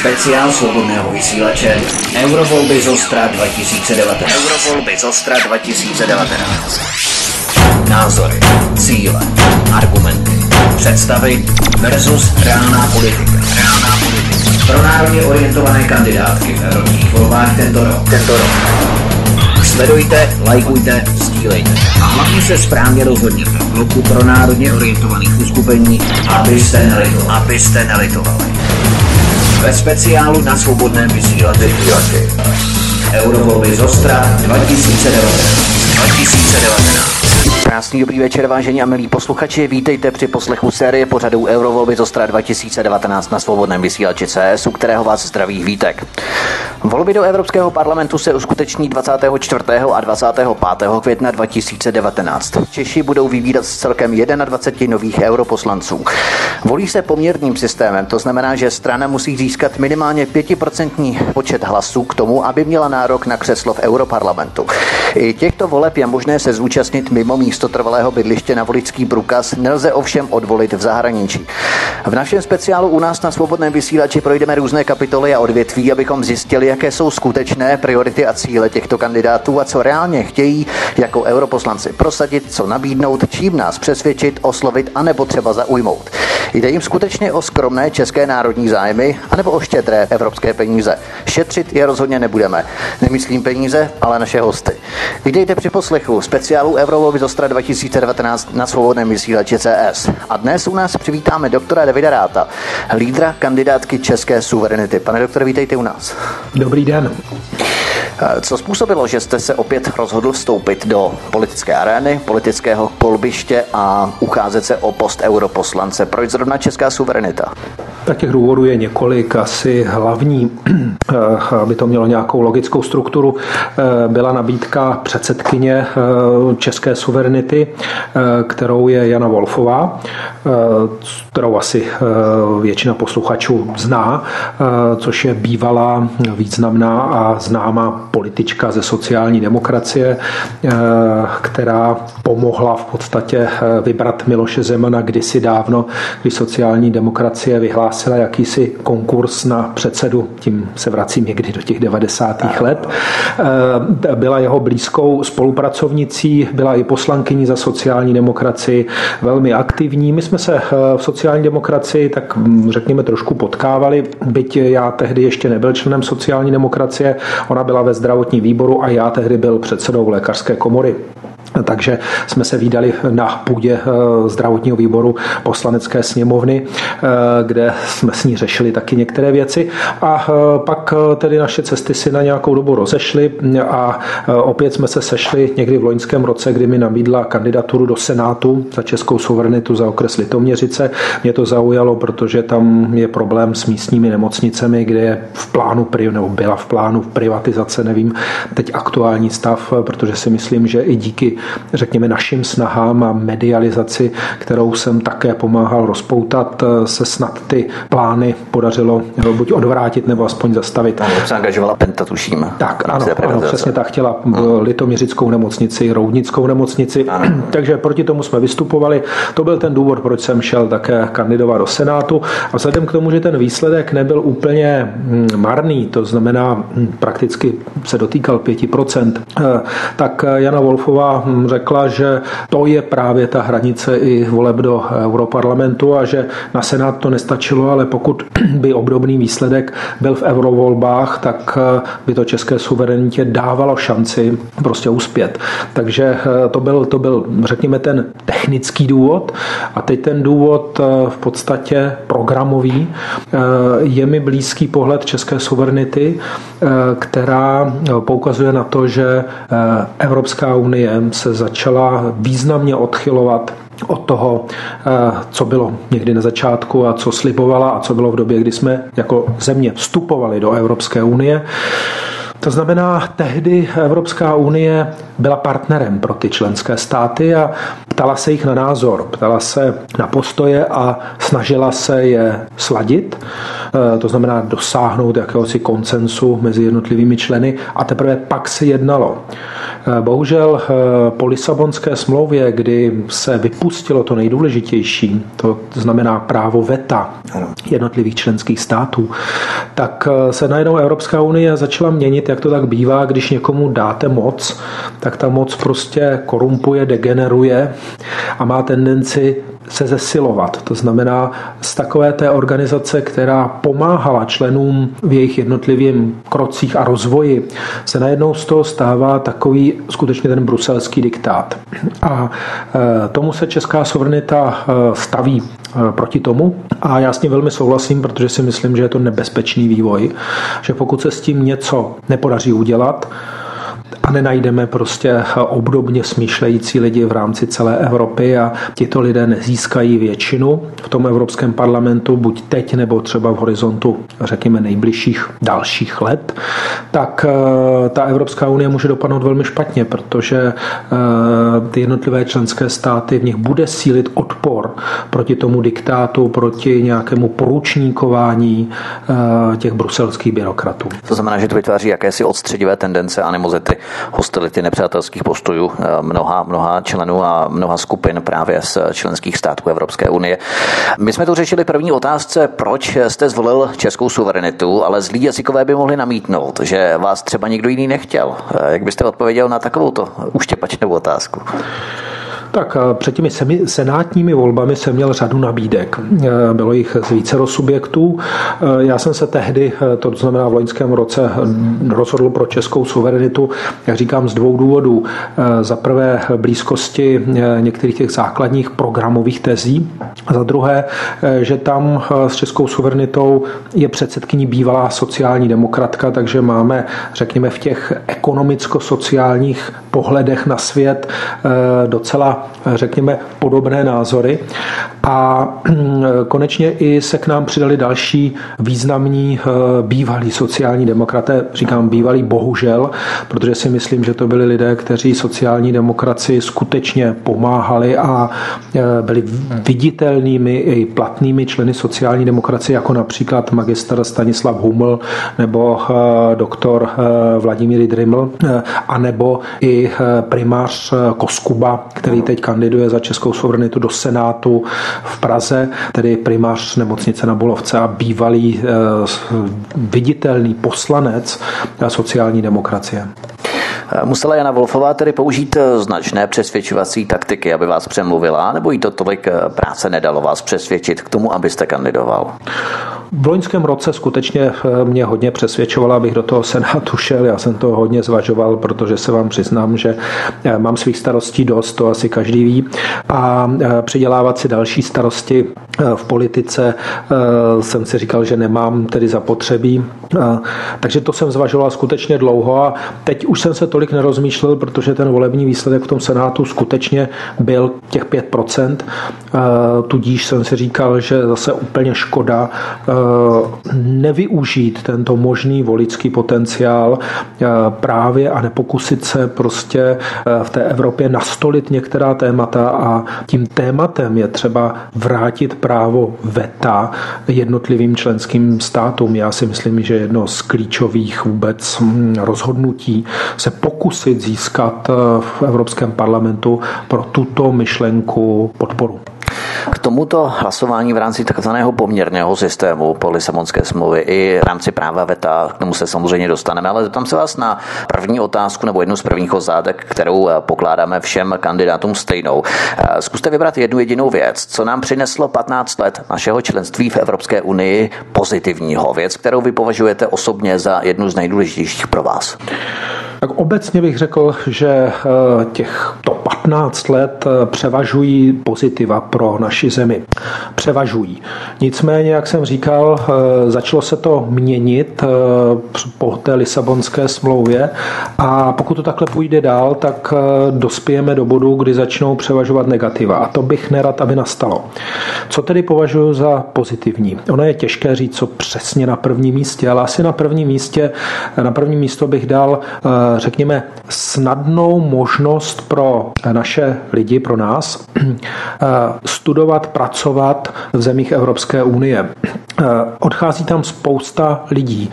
Speciál svobodného vysílače Eurovolby Zostra 2019. Eurovolby Zostra 2019. Názory, cíle, argumenty, představy versus reálná politika. Pro národně orientované kandidátky v evropských volbách tento rok. Sledujte, lajkujte, sdílejte a hlavně se správně rozhodněte v bloku pro národně orientovaných uskupení, abyste nelitovali. Ve speciálu na svobodném vysílači Eurovolby Zostra 2019. Krásný dobrý večer, vážení a milí posluchači, vítejte při poslechu série pořadů Eurovolby Zostra 2019 na svobodném vysílači CS, u kterého vás zdraví Vítek. Volby do Evropského parlamentu se uskuteční 24. a 25. května 2019. Češi budou vybírat z celkem 21 nových europoslanců. Volí se poměrným systémem, to znamená, že strana musí získat minimálně 5% počet hlasů k tomu, aby měla nárok na křeslo v europarlamentu. I těchto voleb je možné se zúčastnit mimo místo trvalého bydliště na voličský průkaz, nelze ovšem odvolit v zahraničí. V našem speciálu u nás na svobodném vysílači projdeme různé kapitoly a odvětví, abychom zjistili, jaké jsou skutečné priority a cíle těchto kandidátů a co reálně chtějí jako europoslanci prosadit, co nabídnout, čím nás přesvědčit, oslovit anebo třeba zaujmout. Jde jim skutečně o skromné české národní zájmy anebo o štědré evropské peníze. Šetřit je rozhodně nebudeme. Nemyslím peníze, ale naše hosty. Vítejte při poslechu speciálu Eurovolby Zostra 2019 na svobodném vysílači CS. A dnes u nás přivítáme doktora Davida Ratha, lídra kandidátky české suverenity. Pane doktore, vítejte u nás. Dobrý den. Co způsobilo, že jste se opět rozhodl vstoupit do politické arény, politického kolbiště a ucházet se o post europoslance? Proč zrovna česká suverenita? Tak těch důvodů je několik, asi hlavní, aby to mělo nějakou logickou strukturu, byla nabídka předsedkyně české suverenity, kterou je Jana Wolfová, kterou asi většina posluchačů zná, což je bývalá, významná a známá politička ze sociální demokracie, která pomohla v podstatě vybrat Miloše Zemana kdysi dávno, kdy sociální demokracie vyhlásila jakýsi konkurs na předsedu, tím se vracím někdy do těch 90. let. Byla jeho blízkou spolupracovnicí, byla i poslankyní za sociální demokracii, velmi aktivní. My jsme se v sociální demokracii tak řekněme trošku potkávali, byť já tehdy ještě nebyl členem sociální demokracie, ona byla ve zdravotním výboru a já tehdy byl předsedou lékařské komory. Takže jsme se vídali na půdě zdravotního výboru Poslanecké sněmovny, kde jsme s ní řešili taky některé věci a pak tedy naše cesty si na nějakou dobu rozešly a opět jsme se sešli někdy v loňském roce, kdy mi nabídla kandidaturu do Senátu za českou suverenitu za okres Litoměřice. Mě to zaujalo, protože tam je problém s místními nemocnicemi, kde je v plánu, nebo byla v plánu privatizace, nevím teď aktuální stav, protože si myslím, že i díky řekněme našim snahám a medializaci, kterou jsem také pomáhal rozpoutat, se snad ty plány podařilo buď odvrátit, nebo aspoň zastavit. Ano, se angažovala Penta, tuším. Tak, ano, přesně tak, chtěla Litoměřickou nemocnici, Roudnickou nemocnici, takže proti tomu jsme vystupovali. To byl ten důvod, proč jsem šel také kandidovat do Senátu a vzhledem k tomu, že ten výsledek nebyl úplně marný, to znamená prakticky se dotýkal 5%, tak Jana Wolfová řekla, že to je právě ta hranice i voleb do europarlamentu a že na Senát to nestačilo, ale pokud by obdobný výsledek byl v eurovolbách, tak by to české suverenitě dávalo šanci prostě uspět. Takže to byl řekněme ten technický důvod a teď ten důvod v podstatě programový. Je mi blízký pohled české suverenity, která poukazuje na to, že Evropská unie se začala významně odchylovat od toho, co bylo někdy na začátku a co slibovala a co bylo v době, kdy jsme jako země vstupovali do Evropské unie. To znamená, tehdy Evropská unie byla partnerem pro ty členské státy a ptala se jich na názor, ptala se na postoje a snažila se je sladit. to znamená dosáhnout jakéhosi konsensu mezi jednotlivými členy a teprve pak se jednalo. Bohužel po Lisabonské smlouvě, kdy se vypustilo to nejdůležitější, to znamená právo veta jednotlivých členských států, tak se najednou Evropská unie začala měnit, jak to tak bývá, když někomu dáte moc, tak ta moc prostě korumpuje, degeneruje a má tendenci se zesilovat. To znamená, z takové té organizace, která pomáhala členům v jejich jednotlivým krocích a rozvoji, se najednou z toho stává takový skutečně ten bruselský diktát. A tomu se česká suverenita staví proti tomu a já s tím velmi souhlasím, protože si myslím, že je to nebezpečný vývoj, že pokud se s tím něco nepodaří udělat, a nenajdeme prostě obdobně smýšlející lidi v rámci celé Evropy a tito lidé nezískají většinu v tom Evropském parlamentu, buď teď nebo třeba v horizontu, řekněme, nejbližších dalších let, tak ta Evropská unie může dopadnout velmi špatně, protože ty jednotlivé členské státy, v nich bude sílit odpor proti tomu diktátu, proti nějakému poručníkování těch bruselských byrokratů. To znamená, že to vytváří jakési odstředivé tendence, animozity, hostility, nepřátelských postojů mnoha členů a mnoha skupin právě z členských států Evropské unie. My jsme tu řešili první otázce, proč jste zvolil českou suverenitu, ale zlí jazykové by mohli namítnout, že vás třeba nikdo jiný nechtěl. Jak byste odpověděl na takovouto uštěpačnou otázku? Tak před těmi senátními volbami jsem měl řadu nabídek. Bylo jich z vícero subjektů. Já jsem se tehdy, to znamená v loňském roce, rozhodl pro českou suverenitu, jak říkám, z dvou důvodů. Za prvé blízkosti některých těch základních programových tezí. A za druhé, že tam s českou suverenitou je předsedkyní bývalá sociální demokratka, takže máme, řekněme, v těch ekonomicko-sociálních pohledech na svět docela, řekněme, podobné názory. A konečně i se k nám přidali další významní bývalí sociální demokraté, říkám bývalí bohužel, protože si myslím, že to byli lidé, kteří sociální demokracii skutečně pomáhali a byli viditelnými i platnými členy sociální demokracie, jako například magistr Stanislav Huml nebo doktor Vladimír Dryml, anebo i primář Koskuba, který teď kandiduje za českou suverenitu do Senátu v Praze, tedy primář nemocnice na Bulovce a bývalý viditelný poslanec sociální demokracie. Musela Jana Wolfová tedy použít značné přesvědčovací taktiky, aby vás přemluvila, nebo jí to tolik práce nedalo vás přesvědčit k tomu, abyste kandidoval? V loňském roce skutečně mě hodně přesvědčovala, abych do toho Senátu šel. Já jsem to hodně zvažoval, protože se vám přiznám, že mám svých starostí dost, to asi každý ví. A přidělávat si další starosti v politice jsem si říkal, že nemám tedy zapotřebí. Takže to jsem zvažoval skutečně dlouho a teď už jsem se tolik nerozmýšlel, protože ten volební výsledek v tom Senátu skutečně byl těch 5%. Tudíž jsem si říkal, že zase úplně škoda nevyužít tento možný voličský potenciál právě a nepokusit se prostě v té Evropě nastolit některá témata a tím tématem je třeba vrátit právo veta jednotlivým členským státům. Já si myslím, že jedno z klíčových vůbec rozhodnutí se pokusit získat v Evropském parlamentu pro tuto myšlenku podporu. K tomuto hlasování v rámci takzvaného poměrného systému po Lisabonské smlouvě i v rámci práva veta, k tomu se samozřejmě dostaneme, ale zeptám se vás na první otázku nebo jednu z prvních otázek, kterou pokládáme všem kandidátům stejnou. Zkuste vybrat jednu jedinou věc, co nám přineslo 15 let našeho členství v Evropské unii pozitivního, věc, kterou vy považujete osobně za jednu z nejdůležitějších pro vás. Tak obecně bych řekl, že těchto 15 let převažují pozitiva pro naši zemi. Převažují. Nicméně, jak jsem říkal, začalo se to měnit po té Lisabonské smlouvě a pokud to takhle půjde dál, tak dospějeme do bodu, kdy začnou převažovat negativa. A to bych nerad, aby nastalo. Co tedy považuji za pozitivní? Ono je těžké říct, co přesně na prvním místě, ale asi na prvním místo bych dal řekněme, snadnou možnost pro naše lidi, pro nás, studovat, pracovat v zemích Evropské unie. Odchází tam spousta lidí.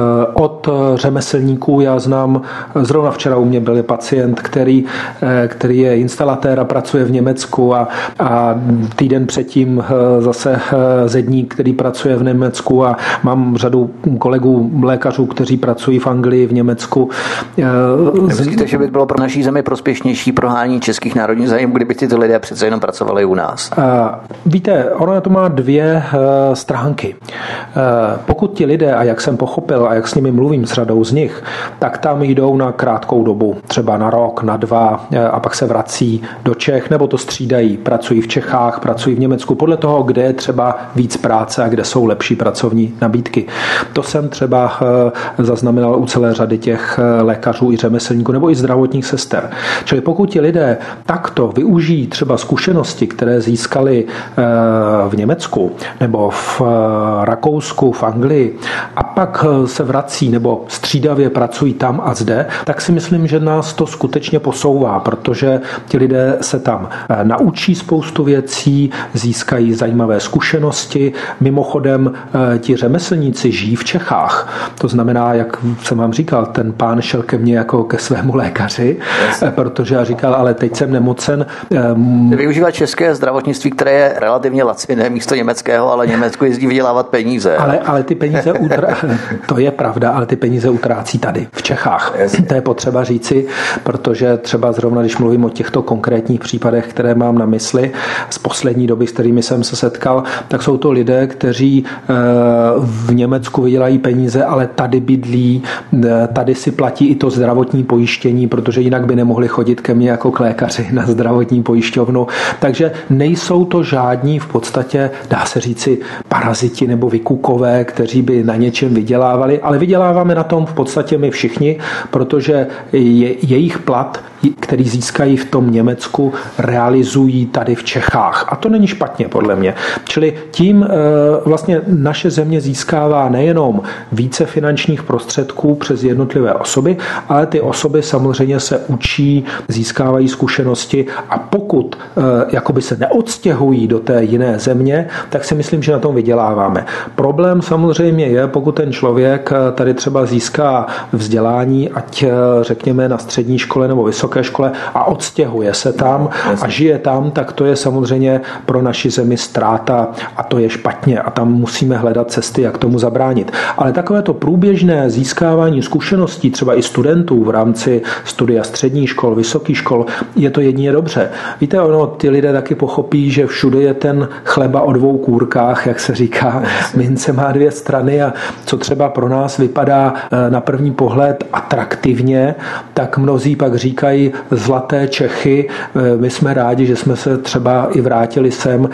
Od řemeslníků, já znám, zrovna včera u mě byl pacient, který je instalatér a pracuje v Německu a týden předtím zase zedník, který pracuje v Německu a mám řadu kolegů lékařů, kteří pracují v Anglii, v Německu. Myslíte, že by bylo pro naší zemi prospěšnější prohání českých národních zájmů, kdyby tyto lidé přece jenom pracovali u nás? Víte, ono to má dvě stránky. Pokud ti lidé, a jak jsem pochopil a jak s nimi mluvím s řadou z nich, tak tam jdou na krátkou dobu, třeba na rok, na 2 a pak se vrací do Čech, nebo to střídají. Pracují v Čechách, pracují v Německu, podle toho, kde je třeba víc práce a kde jsou lepší pracovní nabídky. To jsem třeba zaznamenal u celé řady těch lékařů i řemeslníků nebo i zdravotních sester. Čili pokud ti lidé takto využijí třeba zkušenosti, které získali v Německu nebo v Rakousku, v Anglii a pak se vrací nebo střídavě pracují tam a zde, tak si myslím, že nás to skutečně posouvá, protože ti lidé se tam naučí spoustu věcí, získají zajímavé zkušenosti. Mimochodem, ti řemeslníci žijí v Čechách. To znamená, jak jsem vám říkal, ten pán šel ke mně jako ke svému lékaři, protože já říkal, ale teď jsem nemocen. Využívat české zdravotnictví, které je relativně laciné místo německého, ale Německo jezdí vydělávat peníze. Ale ty peníze to je pravda, ale ty peníze utrácí tady, v Čechách. To je potřeba říci, protože třeba zrovna, když mluvím o těchto konkrétních případech, které mám na mysli z poslední doby, s kterými jsem se setkal, tak jsou to lidé, kteří v Německu vydělají peníze, ale tady bydlí, tady si platí i to zdravotní pojištění, protože jinak by nemohli chodit ke mně jako k lékaři na zdravotní pojišťovnu. Takže nejsou to žádní v podstatě, dá se říci, paraziti nebo vykukové, kteří by na něčem vydělávali, ale vyděláváme na tom v podstatě my všichni, protože jejich plat, který získají v tom Německu, realizují tady v Čechách. A to není špatně, podle mě. Čili tím vlastně naše země získává nejenom více finančních prostředků přes jednotlivé osoby, ale ty osoby samozřejmě se učí, získávají zkušenosti a pokud jakoby se neodstěhují do té jiné země, tak si myslím, že na tom vyděláváme. Problém samozřejmě je, pokud ten člověk tady třeba získá vzdělání, ať řekněme na střední škole nebo vysoké škole a odstěhuje se tam a žije tam, tak to je samozřejmě pro naši zemi ztráta a to je špatně a tam musíme hledat cesty, jak tomu zabránit. Ale takové to průběžné získávání zkušeností třeba i studentů v rámci studia středních škol, vysokých škol, je to jedině dobře. Víte, ty lidé taky pochopí, že všude je ten chleba o 2 kůrkách, jak se říká, mince má 2 strany a co třeba pro nás vypadá na první pohled atraktivně, tak mnozí pak říkají zlaté Čechy, my jsme rádi, že jsme se třeba i vrátili sem,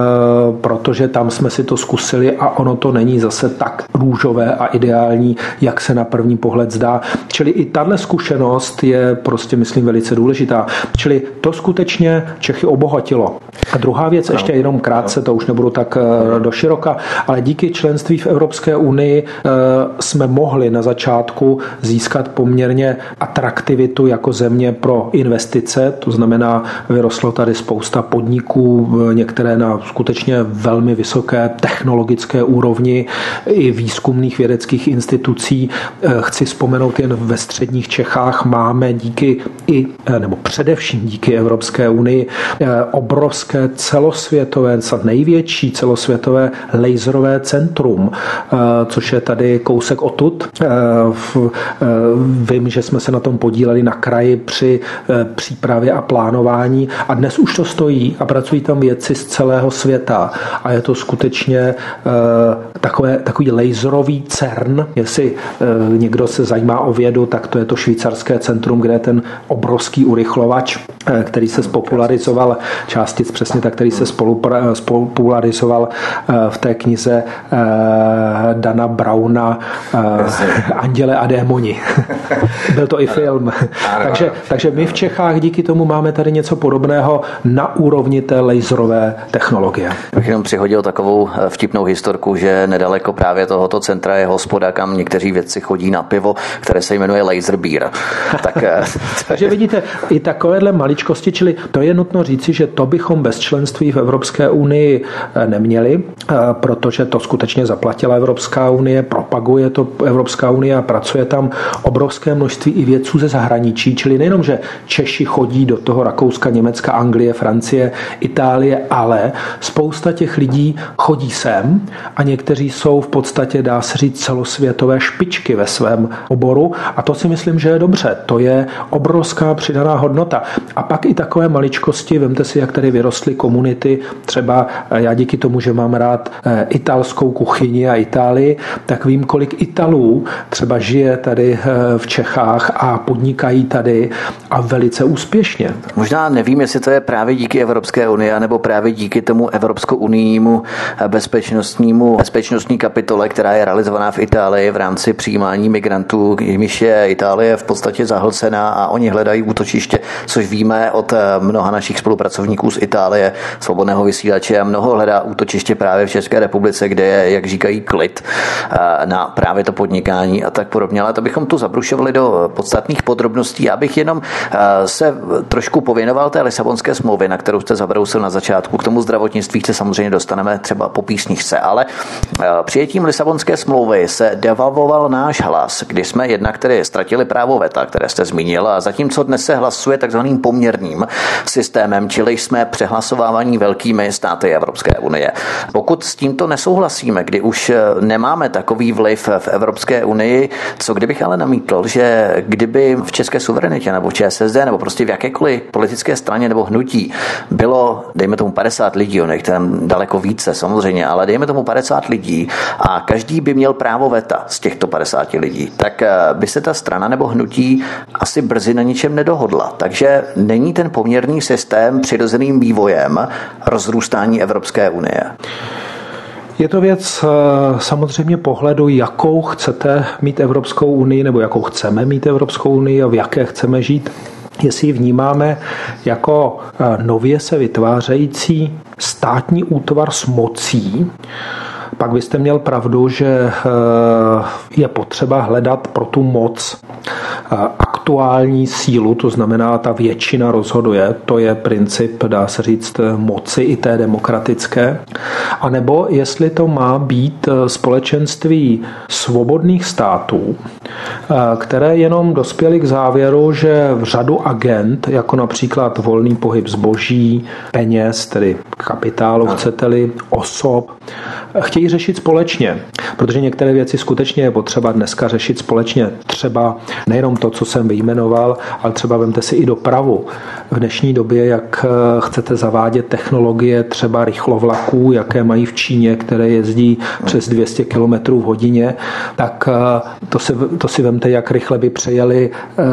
protože tam jsme si to zkusili a ono to není zase tak růžové a ideální, jak se na první pohled zdá. Čili i tahle zkušenost je prostě, myslím, velice důležitá. Čili to skutečně Čechy obohatilo. A druhá věc, ještě jenom krátce, to už nebudu tak doširoka, ale díky členství v Evropské unii jsme mohli na začátku získat poměrně atraktivitu jako země pro investice, to znamená, vyrostlo tady spousta podniků, některé na skutečně velmi vysoké technologické úrovni i výzkumných vědeckých institucí. Chci vzpomenout jen ve středních Čechách máme nebo především díky Evropské unii obrovské celosvětové, největší celosvětové laserové centrum, což je tady kousek odtud. Vím, že jsme se na tom podíleli na kraji při přípravě a plánování a dnes už to stojí a pracují tam vědci z celého světa a je to skutečně takový laserový CERN. Jestli někdo se zajímá o vědu, tak to je to švýcarské centrum, kde je ten obrovský urychlovač, který se spopularizoval, částic přesně tak, který se spopularizoval v té knize Dana Browna Anděle a démoni. Byl to i film. Takže my v Čechách díky tomu máme tady něco podobného na úrovni té laserové technologie. Bych jenom přihodil takovou vtipnou historku, že nedaleko právě tohoto centra je hospoda, kam někteří vědci chodí na pivo, které se jmenuje Laser Beer. Takže vidíte, i takovéhle maličkosti, čili to je nutno říci, že to bychom bez členství v Evropské unii neměli, protože to skutečně zaplatila Evropská unie, propaguje to Evropská unie a pracuje tam obrovské množství i vědců ze zahraničí, čili nejenom, že Češi chodí do toho Rakouska, Německa, Anglie, Francie, Itálie, ale spousta těch lidí chodí sem a někteří jsou v podstatě, dá se říct, celosvětové špičky ve svém oboru a to si myslím, že je dobře. To je obrovská přidaná hodnota. A pak i takové maličkosti, vemte si, jak tady vyrostly komunity, třeba já díky tomu, že mám rád italskou kuchyni a Itálii, tak vím, kolik Italů třeba žije tady v Čechách a podnikají tady a velice úspěšně. Možná nevím, jestli to je právě díky Evropské unii, nebo právě díky tomu evropsko-unijnímu bezpečnostní kapitole, která je realizovaná v Itálii v rámci přijímání migrantů, jimiž je Itálie v podstatě zahlcená a oni hledají útočiště, což víme od mnoha našich spolupracovníků z Itálie, Svobodného vysílače, a mnoho hledá útočiště právě v České republice, kde je, jak říkají, klid na právě to podnikání a tak podobně. Ale to bychom tu zabrušovali do podstatných podrobností. Já bych jenom se trošku pověnoval té Lisabonské smlouvy, na kterou jste zabrousil na začátku. K tomu zdravotnictví se samozřejmě dostaneme třeba po písničce, ale přijetím Lisabonské smlouvy se devalvoval náš hlas, kdy jsme jednak tedy ztratili právo veta, které jste zmínil, a zatímco dnes se hlasuje takzvaným poměrným systémem, čili jsme přehlasovávaní velkými státy Evropské unie. Pokud s tímto nesouhlasíme, kdy už nemáme takový vliv v Evropské unii, co kdybych ale namítl, že kdyby v české suverenitě nebo v ČSSD nebo prostě v jakékoliv politické straně nebo hnutí bylo, dejme tomu 50 lidí, je tam daleko více samozřejmě, ale dejme tomu 50 lidí a každý by měl právo veta z těchto 50 lidí, tak by se ta strana nebo hnutí asi brzy na ničem nedohodla. Takže není ten poměrný systém přirozeným vývojem rozrůstání Evropské unie. Je to věc samozřejmě pohledu, jakou chcete mít Evropskou unii nebo jakou chceme mít Evropskou unii a v jaké chceme žít. Jestli ji vnímáme jako nově se vytvářející státní útvar s mocí, pak byste měl pravdu, že je potřeba hledat pro tu moc aktuální sílu, to znamená, ta většina rozhoduje, to je princip, dá se říct, moci i té demokratické, anebo jestli to má být společenství svobodných států, které jenom dospěly k závěru, že v řadu agend, jako například volný pohyb zboží, peněz, tedy kapitálu, chcete-li, osob, chtějí řešit společně, protože některé věci skutečně je potřeba dneska řešit společně. Třeba nejenom to, co jsem vyjmenoval, ale třeba vemte si i dopravu. V dnešní době, jak chcete zavádět technologie třeba rychlovlaků, jaké mají v Číně, které jezdí přes 200 km v hodině, tak to si vemte, jak rychle by přejeli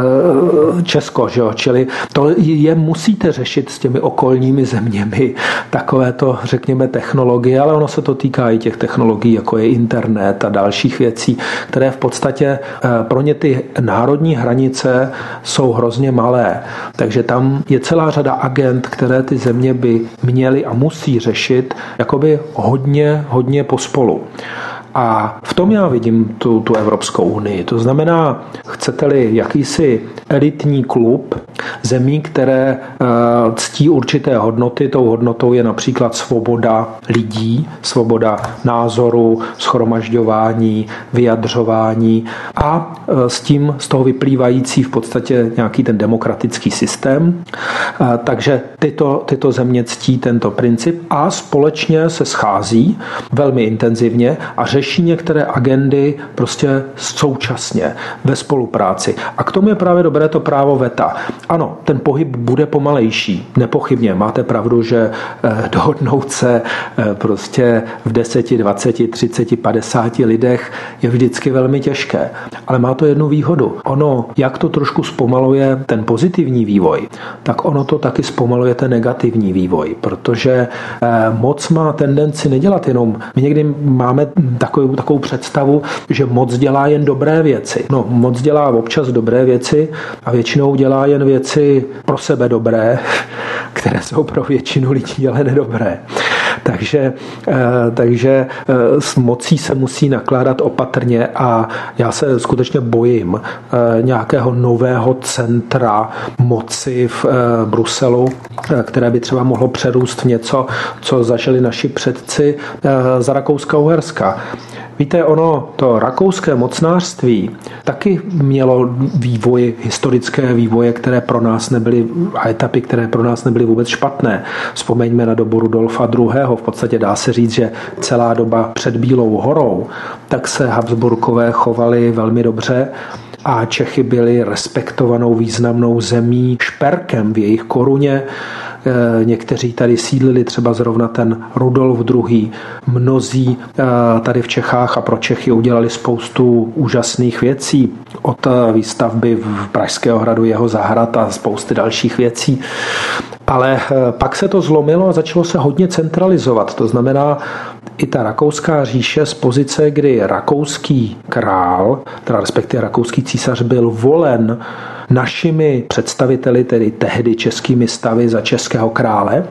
Česko. Že? Čili to je musíte řešit s těmi okolními zeměmi. Takovéto, řekněme, technologie, ale ono se to týká i těch technologií, jako je internet a dalších věcí, které v podstatě pro ně ty národní hranice jsou hrozně malé. Takže tam je celá řada agend, které ty země by měly a musí řešit jakoby hodně pospolu. A v tom já vidím tu Evropskou unii. To znamená, chcete-li jakýsi elitní klub zemí, které ctí určité hodnoty, tou hodnotou je například svoboda lidí, svoboda názoru, shromažďování, vyjadřování a z toho vyplývající v podstatě nějaký ten demokratický systém. Takže tyto země ctí tento princip a společně se schází velmi intenzivně a řeší některé agendy prostě současně ve spolupráci. A k tomu je právě dobré to právo veta. Ano, ten pohyb bude pomalejší, nepochybně. Máte pravdu, že dohodnout se prostě v 10, 20, 30, 50 lidech je vždycky velmi těžké. Ale má to jednu výhodu. Ono, jak to trošku zpomaluje ten pozitivní vývoj, tak ono to taky zpomaluje ten negativní vývoj, protože moc má tendenci nedělat jenom. My někdy máme takovou představu, že moc dělá jen dobré věci. No, moc dělá občas dobré věci a většinou dělá jen věci pro sebe dobré, které jsou pro většinu lidí ale nedobré. Takže s mocí se musí nakládat opatrně a já se skutečně bojím nějakého nového centra moci v Bruselu, které by třeba mohlo přerůst v něco, co zažili naši předci za Rakouska-Uherska. Víte, to rakouské mocnářství taky mělo historické vývoje, které pro nás nebyly, a etapy, které pro nás nebyly vůbec špatné. Vzpomeňme na dobu Rudolfa II. V podstatě dá se říct, že celá doba před Bílou horou, tak se Habsburkové chovali velmi dobře a Čechy byly respektovanou významnou zemí, šperkem v jejich koruně. Někteří tady sídlili, třeba zrovna ten Rudolf II. Mnozí tady v Čechách a pro Čechy udělali spoustu úžasných věcí. Od výstavby v Pražského hradu jeho zahrad a spousty dalších věcí. Ale pak se to zlomilo a začalo se hodně centralizovat. To znamená, i ta rakouská říše z pozice, kdy rakouský král, teda respektive rakouský císař, byl volen našimi představiteli, tedy tehdy českými stavy za českého krále,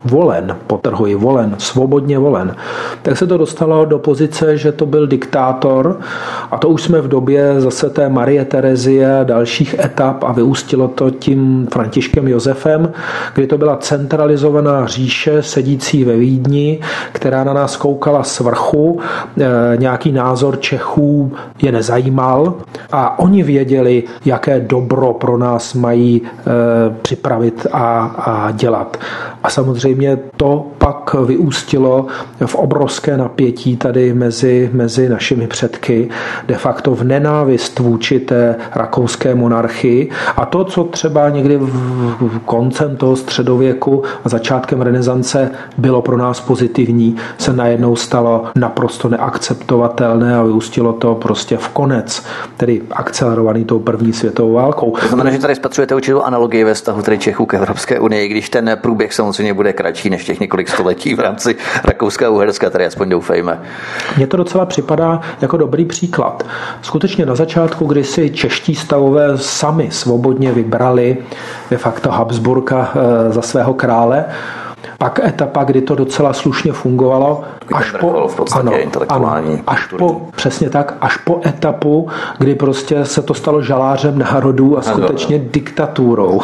volen, svobodně volen, tak se to dostalo do pozice, že to byl diktátor a to už jsme v době zase té Marie Terezie a dalších etap a vyústilo to tím Františkem Josefem, kdy to byla centralizovaná říše sedící ve Vídni, která na nás koukala z vrchu, nějaký názor Čechů je nezajímal a oni věděli, jaké dobro pro nás mají připravit a dělat. A samozřejmě to pak vyústilo v obrovské napětí tady mezi našimi předky, de facto v nenávist vůči té rakouské monarchii. A to, co třeba někdy koncem toho středověku a začátkem renesance bylo pro nás pozitivní, se najednou stalo naprosto neakceptovatelné a vyústilo to prostě v konec, tedy akcelerovaný tou první světovou válkou. To znamená, že tady spatřujete určitou analogii ve vztahu tedy Čechů k Evropské unii, když ten průběh samozřejmě bude kratší než těch několik století v rámci Rakouska a Uherska, tady aspoň doufejme. Mně to docela připadá jako dobrý příklad. Skutečně na začátku, kdy si čeští stavové sami svobodně vybrali de facto Habsburka za svého krále, pak etapa, kdy to docela slušně fungovalo, přesně tak, až po etapu, kdy prostě se to stalo žalářem národů a skutečně diktaturou.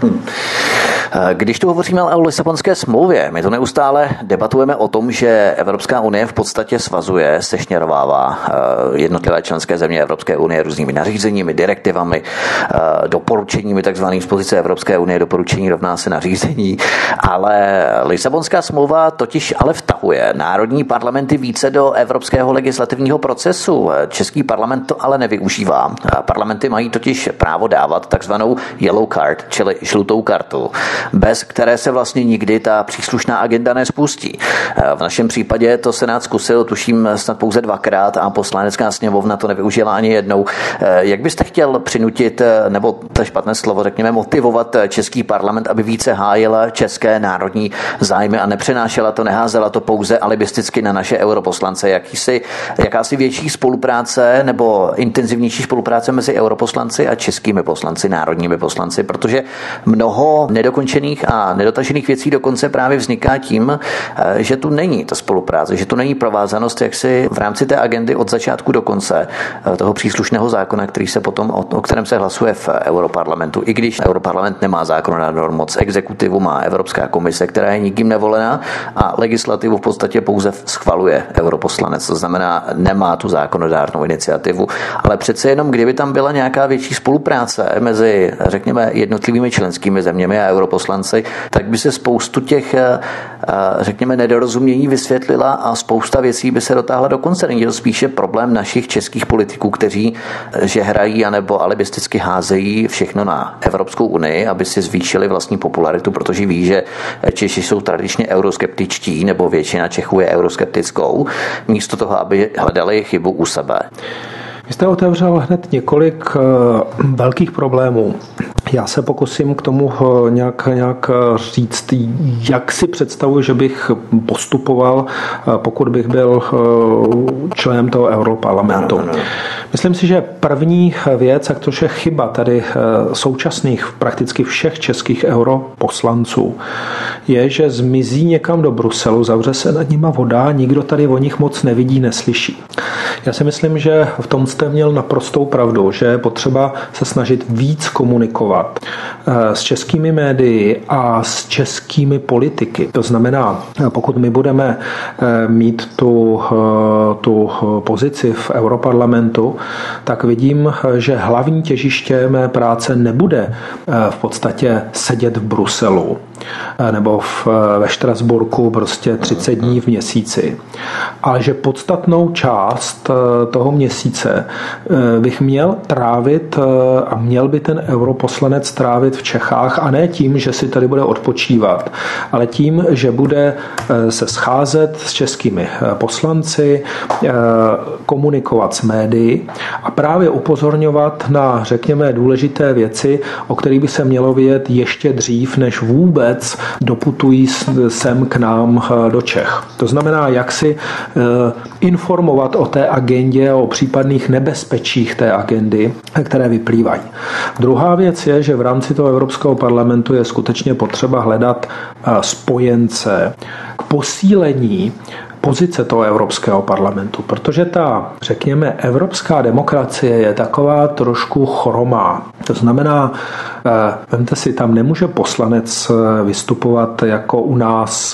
Když tu hovoříme o Lisabonské smlouvě, my to neustále debatujeme o tom, že Evropská unie v podstatě svazuje, sešněrovává jednotlivé členské země Evropské unie různými nařízeními, direktivami, doporučeními takzvaných z pozice Evropské unie, doporučení rovná se nařízení, ale Lisabonská smlouva totiž ale vtahuje národní parlamenty více do evropského legislativního procesu. Český parlament to ale nevyužívá. Parlamenty mají totiž právo dávat takzvanou yellow card, čili žlutou kartu, bez které se vlastně nikdy ta příslušná agenda nespustí. V našem případě to Senát zkusil, tuším, snad pouze 2krát a Poslanecká sněmovna to nevyužila ani jednou. Jak byste chtěl přinutit, nebo to špatné slovo, řekněme, motivovat český parlament, aby více hájila české národní zájmy a nepřenášela to, neházela to pouze alibisticky na naše europoslance? Jakási větší spolupráce nebo intenzivnější spolupráce mezi europoslanci a českými poslanci, národními poslanci, protože mnoho nedokončených a nedotažených věcí dokonce právě vzniká tím, že tu není ta spolupráce, že tu není provázanost jaksi v rámci té agendy od začátku do konce toho příslušného zákona, který se potom, o kterém se hlasuje v Europarlamentu. I když Europarlament nemá zákonodárnou moc, exekutivu má Evropská komise, která je nikým nevolená a legislativu v podstatě pouze schvaluje europoslanec, to znamená nemá tu zákonodárnou iniciativu, ale přece jenom kdyby tam byla nějaká větší spolupráce mezi, řekněme, jednotlivými členskými zeměmi a europoslanci, tak by se spoustu těch, řekněme, nedorozumění vysvětlila a spousta věcí by se dotáhla do konce. Není to spíše problém našich českých politiků, kteří že hrají anebo alibisticky házejí všechno na Evropskou unii, aby si zvýšili vlastní popularitu, protože ví, že Češi jsou tradičně euroskeptičtí nebo většina Čechů je euroskeptickou, místo toho, aby hledali chybu u sebe. Vy jste otevřel hned několik velkých problémů. Já se pokusím k tomu nějak říct, jak si představuji, že bych postupoval, pokud bych byl členem toho Europarlamentu. Myslím si, že první věc, a to je chyba tady současných prakticky všech českých europoslanců, je, že zmizí někam do Bruselu, zavře se nad nima voda, nikdo tady o nich moc nevidí, neslyší. Já si myslím, že v tom jste měl naprostou pravdu, že je potřeba se snažit víc komunikovat s českými médii a s českými politiky. To znamená, pokud my budeme mít tu pozici v Europarlamentu, tak vidím, že hlavní těžiště mé práce nebude v podstatě sedět v Bruselu nebo ve Štrasburku prostě 30 dní v měsíci, ale že podstatnou část toho měsíce bych měl trávit a měl by ten europoslanec trávit v Čechách, a ne tím, že si tady bude odpočívat, ale tím, že bude se scházet s českými poslanci, komunikovat s médií a právě upozorňovat na, řekněme, důležité věci, o kterých by se mělo vědět ještě dřív, než vůbec doputují sem k nám do Čech. To znamená, jak si informovat o té agendě, o případných nebezpečích té agendy, které vyplývají. Druhá věc je, že v rámci toho Evropského parlamentu je skutečně potřeba hledat spojence k posílení pozice toho Evropského parlamentu, protože ta, řekněme, evropská demokracie je taková trošku chromá. To znamená, vemte si, tam nemůže poslanec vystupovat jako u nás,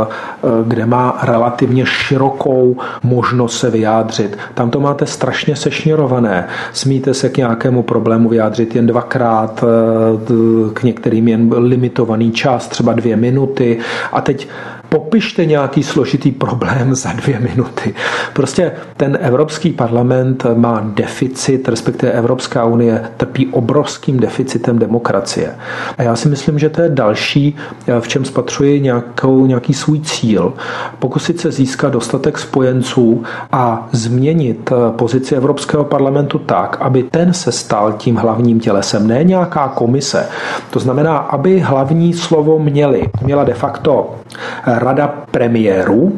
kde má relativně širokou možnost se vyjádřit. Tam to máte strašně sešněrované. Smíte se k nějakému problému vyjádřit jen dvakrát, k některým jen limitovaný čas, třeba 2 minuty. A teď popište nějaký složitý problém za 2 minuty. Prostě ten Evropský parlament má deficit, respektive Evropská unie trpí obrovským deficitem demokracie. A já si myslím, že to je další, v čem spatřuji nějaký svůj cíl. Pokusit se získat dostatek spojenců a změnit pozici Evropského parlamentu tak, aby ten se stal tím hlavním tělesem, ne nějaká komise. To znamená, aby hlavní slovo měla de facto Rada premiérů,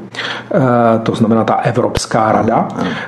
to znamená ta Evropská rada,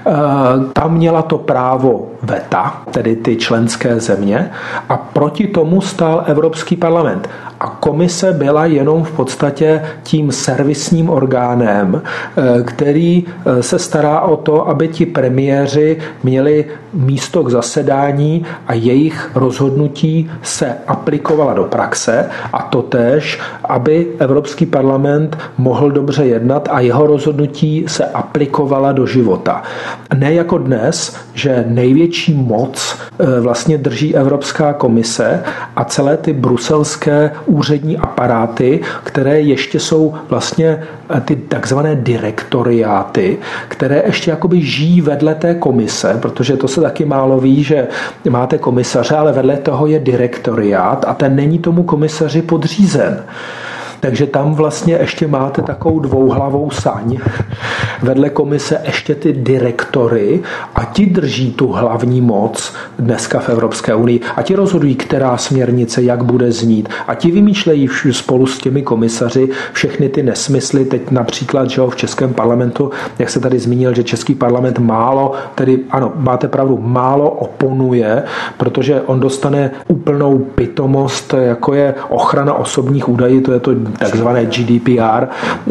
tam měla to právo veta, tedy ty členské země, a proti tomu stál Evropský parlament. A komise byla jenom v podstatě tím servisním orgánem, který se stará o to, aby ti premiéři měli místo k zasedání a jejich rozhodnutí se aplikovala do praxe, a totéž, aby Evropský parlament mohl dobře jednat a jeho rozhodnutí se aplikovala do života. Ne jako dnes, že největší moc vlastně drží Evropská komise a celé ty bruselské úřední aparáty, které ještě jsou vlastně ty takzvané direktoriáty, které ještě jakoby žijí vedle té komise, protože to se taky málo ví, že máte komisaře, ale vedle toho je direktoriát a ten není tomu komisaři podřízen. Takže tam vlastně ještě máte takovou dvouhlavou saň. Vedle komise ještě ty direktory a ti drží tu hlavní moc dneska v Evropské unii. A ti rozhodují, která směrnice, jak bude znít. A ti vymýšlejí spolu s těmi komisaři všechny ty nesmysly. Teď například, že v českém parlamentu, jak se tady zmínil, že český parlament málo, tedy ano, máte pravdu, málo oponuje, protože on dostane úplnou pitomost, jako je ochrana osobních údajů, to je to takzvané GDPR,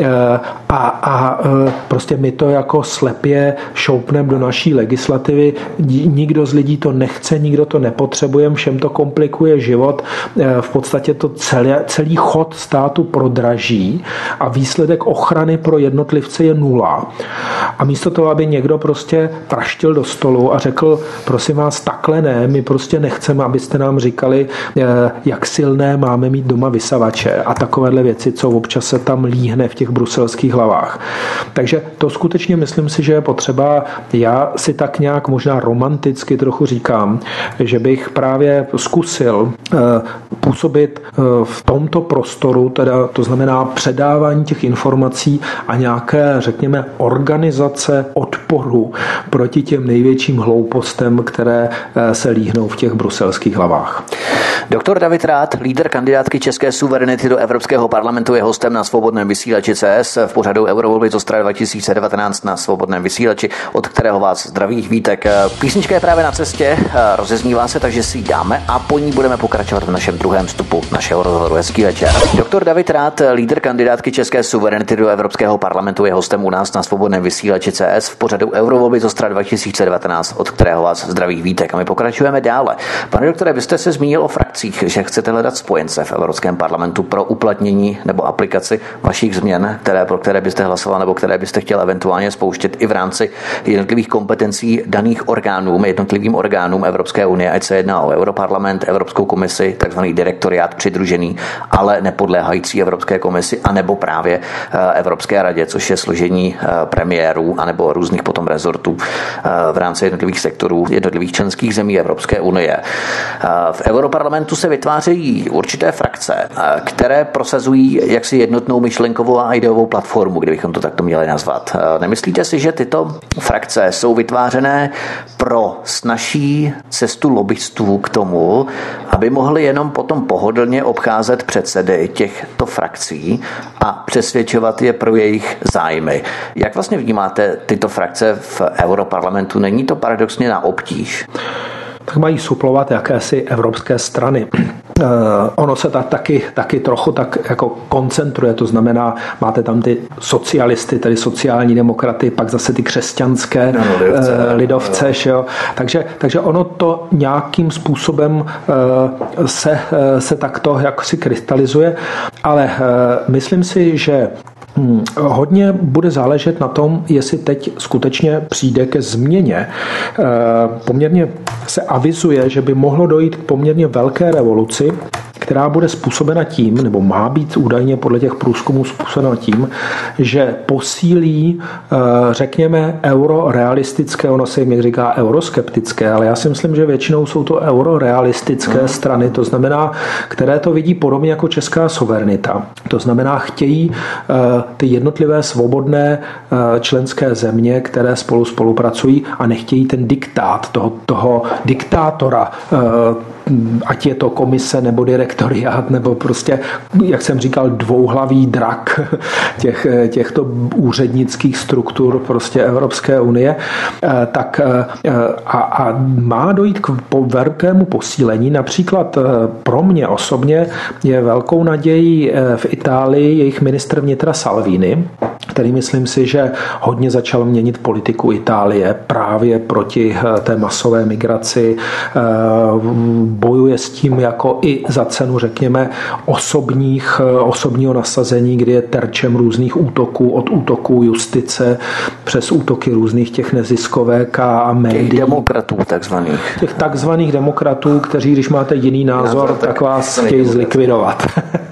a prostě my to jako slepě šoupneme do naší legislativy. Nikdo z lidí to nechce, nikdo to nepotřebuje, všem to komplikuje život. V podstatě to celý chod státu prodraží a výsledek ochrany pro jednotlivce je 0. A místo toho, aby někdo prostě praštil do stolu a řekl, prosím vás, takhle ne, my prostě nechceme, abyste nám říkali, jak silné máme mít doma vysavače a takovéhle věci, co občas se tam líhne v těch bruselských hlavách. Takže to skutečně myslím si, že je potřeba. Já si tak nějak možná romanticky trochu říkám, že bych právě zkusil působit v tomto prostoru, teda to znamená předávání těch informací a nějaké, řekněme, organizace odporu proti těm největším hloupostem, které se líhnou v těch bruselských hlavách. Doktor David Rath, lídr kandidátky České suverenity do Evropského parlamentu, je hostem na Svobodném vysílači CS v pořadu Eurovolby z Ostrava 2019 na Svobodném vysílači, od kterého vás zdraví Vítek. Písnička je právě na cestě, rozeznívá se, takže si ji dáme a po ní budeme pokračovat v našem druhém vstupu našeho rozhovoru. Hezký večer. Doktor David Rath, lídr kandidátky České suverenity do Evropského parlamentu, je hostem u nás na Svobodném vysílači CS v pořadu Eurovolby z Ostrava 2019, od kterého vás zdraví Vítek. A my pokračujeme dále. Pane doktore, byste se zmínil o frakcích, že chcete hledat spojence v Evropském parlamentu pro uplatnění nebo aplikaci vašich změn, pro které byste hlasoval nebo které byste chtěl eventuálně spouštět i v rámci jednotlivých kompetencí daných orgánům, jednotlivým orgánům Evropské unie, ať se jedná o Europarlament, Evropskou komisi, takzvaný direktoriát přidružený, ale nepodléhající Evropské komisi, anebo právě Evropské radě, což je složení premiérů anebo různých potom rezortů v rámci jednotlivých sektorů jednotlivých členských zemí Evropské unie. V Europarlamentu se vytvářejí určité frakce, které prosazují jaksi jednotnou myšlenkovou a ideovou platformu, kdybychom to takto měli nazvat. Nemyslíte si, že tyto frakce jsou vytvářené pro snazší cestu lobbystů k tomu, aby mohli jenom potom pohodlně obcházet předsedy těchto frakcí a přesvědčovat je pro jejich zájmy? Jak vlastně vnímáte tyto frakce v Europarlamentu? Není to paradoxně na obtíž? Tak mají suplovat jakési evropské strany. Ono se taky trochu tak jako koncentruje, to znamená, máte tam ty socialisty, tedy sociální demokraty, pak zase ty křesťanské lidovce, jo. Takže ono to nějakým způsobem se takto jak si krystalizuje, ale myslím si, že hodně bude záležet na tom, jestli teď skutečně přijde ke změně. Poměrně se avizuje, že by mohlo dojít k poměrně velké revoluci, která bude způsobena tím, nebo má být údajně podle těch průzkumů způsobena tím, že posílí, řekněme, eurorealistické, ono se jim říká euroskeptické, ale já si myslím, že většinou jsou to eurorealistické strany, to znamená, které to vidí podobně jako česká suverenita. To znamená, chtějí ty jednotlivé svobodné členské země, které spolupracují a nechtějí ten diktát toho diktátora, ať je to komise nebo direktoriát, nebo prostě, jak jsem říkal, dvouhlavý drak těchto úřednických struktur prostě Evropské unie, tak a má dojít k velkému posílení. Například pro mě osobně je velkou nadějí v Itálii jejich ministr vnitra Salvini, který myslím si, že hodně začal měnit politiku Itálie právě proti té masové migraci, bojuje s tím jako i za cenu, řekněme, osobního nasazení, kdy je terčem různých útoků, od útoků justice přes útoky různých těch neziskovek a médií. Těch demokratů takzvaných. Těch takzvaných demokratů, kteří, když máte jiný názor, tak vás chtějí zlikvidovat.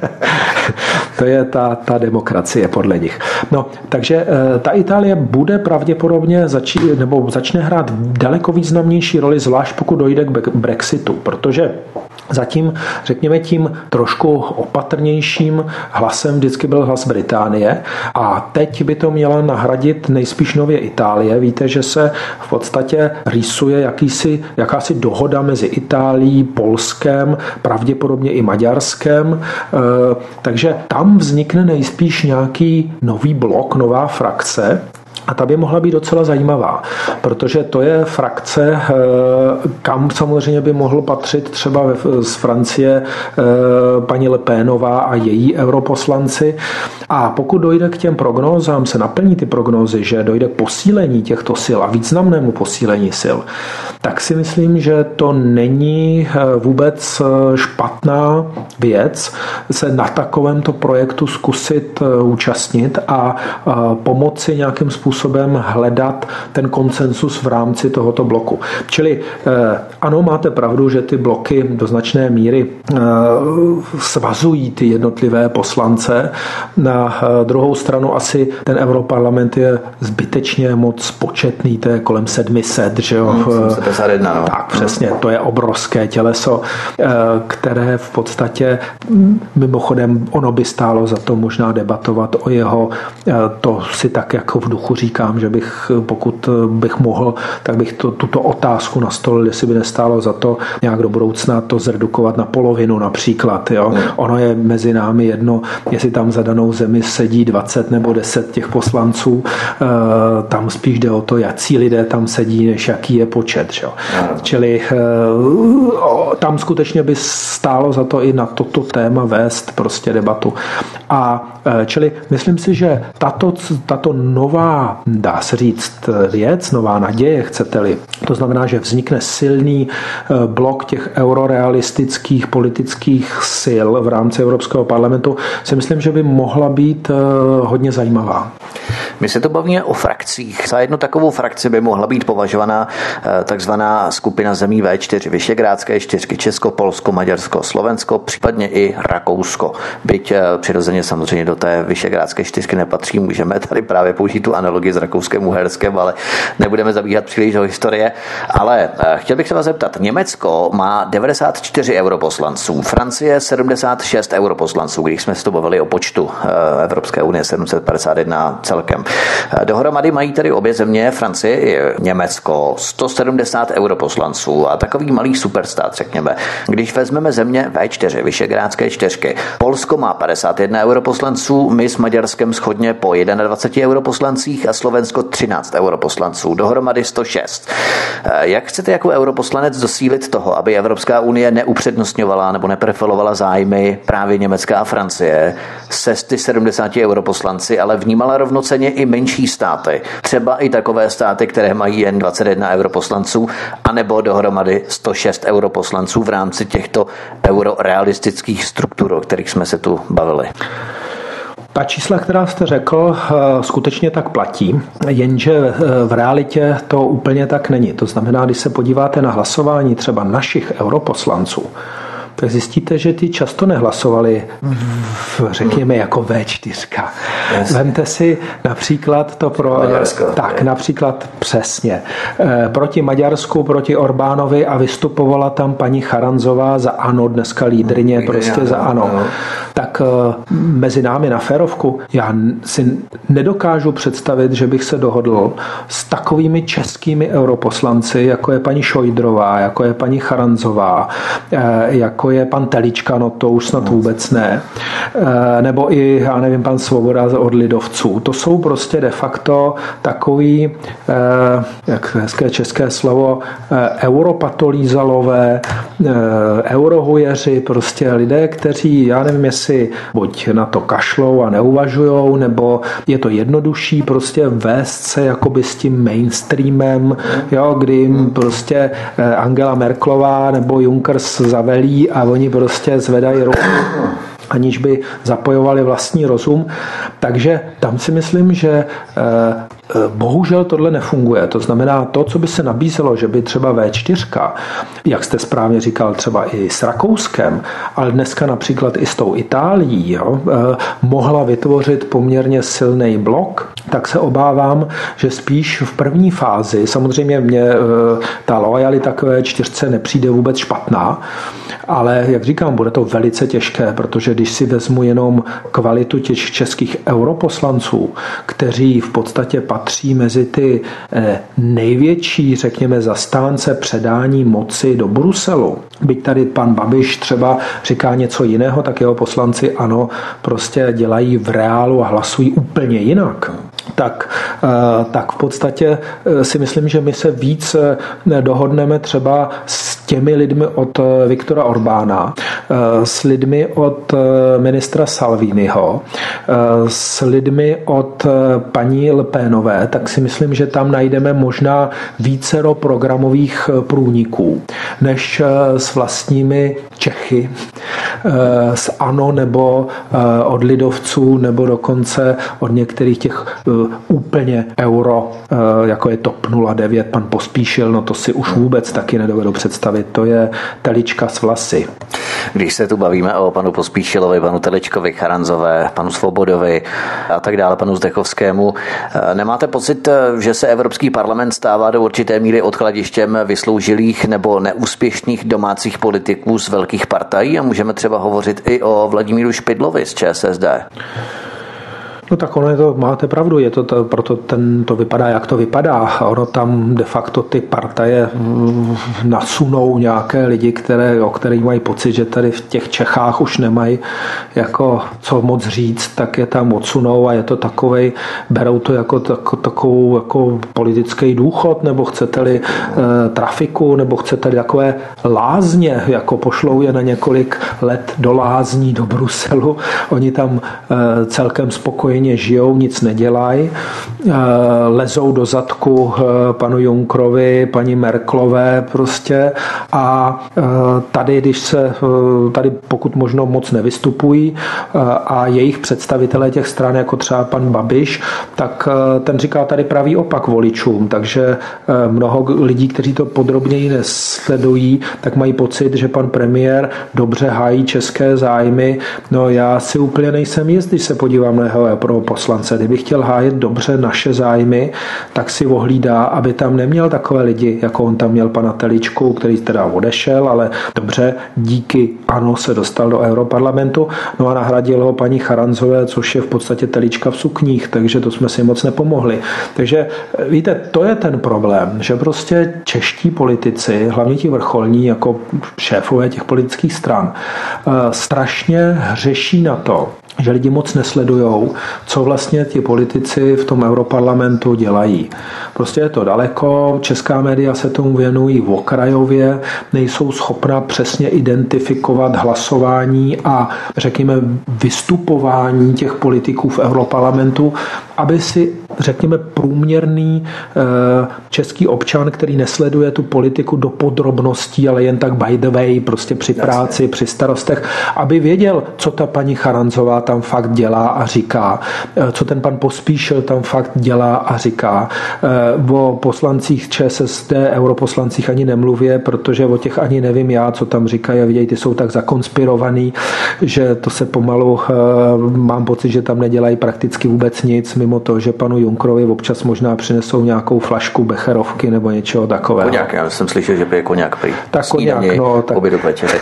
To je ta demokracie podle nich. No, takže ta Itálie bude pravděpodobně začne hrát daleko významnější roli, zvlášť pokud dojde k Brexitu, protože zatím, řekněme, tím trošku opatrnějším hlasem vždycky byl hlas Británie a teď by to měla nahradit nejspíš nově Itálie. Víte, že se v podstatě rýsuje jakási dohoda mezi Itálií, Polskem, pravděpodobně i Maďarskem, takže tam vznikne nejspíš nějaký nový blok, nová frakce. A ta by mohla být docela zajímavá, protože to je frakce, kam samozřejmě by mohl patřit třeba z Francie paní Le Penová a její europoslanci. A pokud dojde k těm prognózám, se naplní ty prognózy, že dojde k posílení těchto sil a významnému posílení sil, tak si myslím, že to není vůbec špatná věc se na takovémto projektu zkusit účastnit a pomoci nějakým způsobem hledat ten konsensus v rámci tohoto bloku. Čili ano, máte pravdu, že ty bloky do značné míry svazují ty jednotlivé poslance. Na druhou stranu asi ten Europarlament je zbytečně moc početný, to je kolem 700, že jo? 751, no. Tak, přesně, to je obrovské těleso, které v podstatě, mimochodem, ono by stálo za to možná debatovat o jeho, to si tak jako v duchu říkám, že bych, pokud bych mohl, tak bych tuto otázku nastolil, jestli by nestálo za to nějak do budoucna to zredukovat na polovinu například. Jo? Ono je mezi námi jedno, jestli tam za danou zemi sedí 20 nebo 10 těch poslanců, tam spíš jde o to, jací lidé tam sedí, než jaký je počet. Jo? Čili tam skutečně by stálo za to i na toto téma vést prostě debatu. A čili myslím si, že tato nová, dá se říct, věc, nová naděje, chcete-li, to znamená, že vznikne silný blok těch eurorealistických politických sil v rámci Evropského parlamentu, si myslím, že by mohla být hodně zajímavá. My se to bavíme o frakcích. Za jednu takovou frakci by mohla být považovaná takzvaná skupina zemí V4, Visegrádské čtyřky, Česko, Polsko, Maďarsko, Slovensko, případně i Rakousko. Byť přirozeně samozřejmě do té Visegrádské čtyřky nepatří, můžeme tady právě použít tu analogii s Rakouskem, Uherskem, ale nebudeme zabíhat příliš do historie. Ale chtěl bych se vás zeptat, Německo má 94 europoslanců, Francie 76 europoslanců, když jsme se to bavili o počtu Evropské unie 751 celkem. Dohromady mají tedy obě země, Francie i Německo, 170 europoslanců a takový malý superstát, řekněme. Když vezmeme země V4, Visegrádské čtyřky, Polsko má 51 europoslanců, my s Maďarskem shodně po 21 europoslancích a Slovensko 13 europoslanců, dohromady 106. Jak chcete jako europoslanec dosílit toho, aby Evropská unie neupřednostňovala nebo nepreferovala zájmy právě Německa a Francie se 70 europoslanci, ale vnímala rovnocenně i menší státy, třeba i takové státy, které mají jen 21 europoslanců, anebo dohromady 106 europoslanců v rámci těchto eurorealistických struktur, o kterých jsme se tu bavili? Ta čísla, která jste řekl, skutečně tak platí, jenže v realitě to úplně tak není. To znamená, když se podíváte na hlasování třeba našich europoslanců, tak zjistíte, že ty často nehlasovali, řekněme, jako V4. Vemte si například to pro Maďarsko. Tak, například přesně. Proti Maďarsku, proti Orbánovi a vystupovala tam paní Charanzová za ANO, dneska lídryně prostě za ANO. Tak mezi námi na férovku já si nedokážu představit, že bych se dohodl s takovými českými europoslanci, jako je paní Šojdrová, jako je paní Charanzová, jako je pan Telička, no to už snad vůbec ne, nebo i, já nevím, pan Svoboda od lidovců. To jsou prostě de facto takový, jak hezké české slovo, europatolízalové, eurohujeři, prostě lidé, kteří, já nevím, jestli buď na to kašlou a neuvažujou, nebo je to jednodušší prostě vést se jakoby s tím mainstreamem, jo, kdy jim prostě Angela Merkelová nebo Junckers zavelí a oni prostě zvedají ruku, aniž by zapojovali vlastní rozum. Takže tam si myslím, že bohužel tohle nefunguje. To znamená, to, co by se nabízelo, že by třeba V4, jak jste správně říkal, třeba i s Rakouskem, ale dneska například i s tou Itálií, jo, mohla vytvořit poměrně silný blok, tak se obávám, že spíš v první fázi, samozřejmě mě ta loajalita k V4 nepřijde vůbec špatná, ale jak říkám, bude to velice těžké, protože když si vezmu jenom kvalitu těch českých europoslanců, kteří v podstatě patří mezi ty největší, řekněme, zastánce předání moci do Bruselu. Byť tady pan Babiš třeba říká něco jiného, tak jeho poslanci ano, prostě dělají v reálu a hlasují úplně jinak. Tak v podstatě si myslím, že my se víc dohodneme třeba s těmi lidmi od Viktora Orbána, s lidmi od ministra Salviniho, s lidmi od paní Le Penové, tak si myslím, že tam najdeme možná vícero programových průniků, než s vlastními Čechy, z ANO nebo od lidovců, nebo dokonce od některých těch úplně euro, jako je TOP 09, pan Pospíšil, no to si už vůbec taky nedovedu představit. To je telička s vlasy. Když se tu bavíme o panu Pospíšilovi, panu Teličkovi, Charanzové, panu Svobodovi a tak dále, panu Zdechovskému, nemáte pocit, že se Evropský parlament stává do určité míry odkladištěm vysloužilých nebo neúspěšných domácích politiků z velkých partají a můžeme třeba hovořit i o Vladimíru Špidlovi z ČSSD? No tak ono je to, máte pravdu, je to proto to vypadá, jak to vypadá. Ono tam de facto ty partaje nasunou nějaké lidi, o kterých mají pocit, že tady v těch Čechách už nemají jako co moc říct, tak je tam odsunou a je to takovej, berou to jako takovou jako politický důchod, nebo chcete-li trafiku, nebo chcete-li takové lázně, jako pošlou je na několik let do lázní do Bruselu. Oni tam celkem spokojeně žijou, nic nedělají, lezou do zadku panu Junckerovi, paní Merkelové prostě a tady, tady pokud možno moc nevystupují a jejich představitelé těch stran, jako třeba pan Babiš, tak ten říká tady pravý opak voličům, takže mnoho lidí, kteří to podrobněji nesledují, tak mají pocit, že pan premiér dobře hájí české zájmy. No já si úplně nejsem jist, když se podívám na jeho poslance. Kdyby chtěl hájit dobře naše zájmy, tak si ohlídá, aby tam neměl takové lidi, jako on tam měl pana Teličku, který teda odešel, ale dobře, díky ANO se dostal do Europarlamentu, no a nahradil ho paní Charanzové, což je v podstatě Telička v sukních, takže to jsme si moc nepomohli. Takže víte, to je ten problém, že prostě čeští politici, hlavně ti vrcholní, jako šéfové těch politických stran, strašně hřeší na to, že lidi moc nesledujou, co vlastně ti politici v tom Europarlamentu dělají. Prostě je to daleko, česká média se tomu věnují okrajově, nejsou schopna přesně identifikovat hlasování a řekněme vystupování těch politiků v Europarlamentu, aby si řekněme průměrný český občan, který nesleduje tu politiku do podrobností, ale jen tak by the way, prostě při práci, při starostech, aby věděl, co ta paní Charanzová tam fakt dělá a říká, co ten pan Pospíšil tam fakt dělá a říká. O poslancích ČSSD, europoslancích ani nemluvě, protože o těch ani nevím já, co tam říkají a vidějí, ty jsou tak zakonspirovaný, že to se pomalu, mám pocit, že tam nedělají prakticky vůbec nic, mimo to, že panu Junckerovi občas možná přinesou nějakou flašku becherovky nebo něčeho takového. Koňák, já jsem slyšel, že pije koňák prý. Tak koňák, no. Tak... obědu k večeři.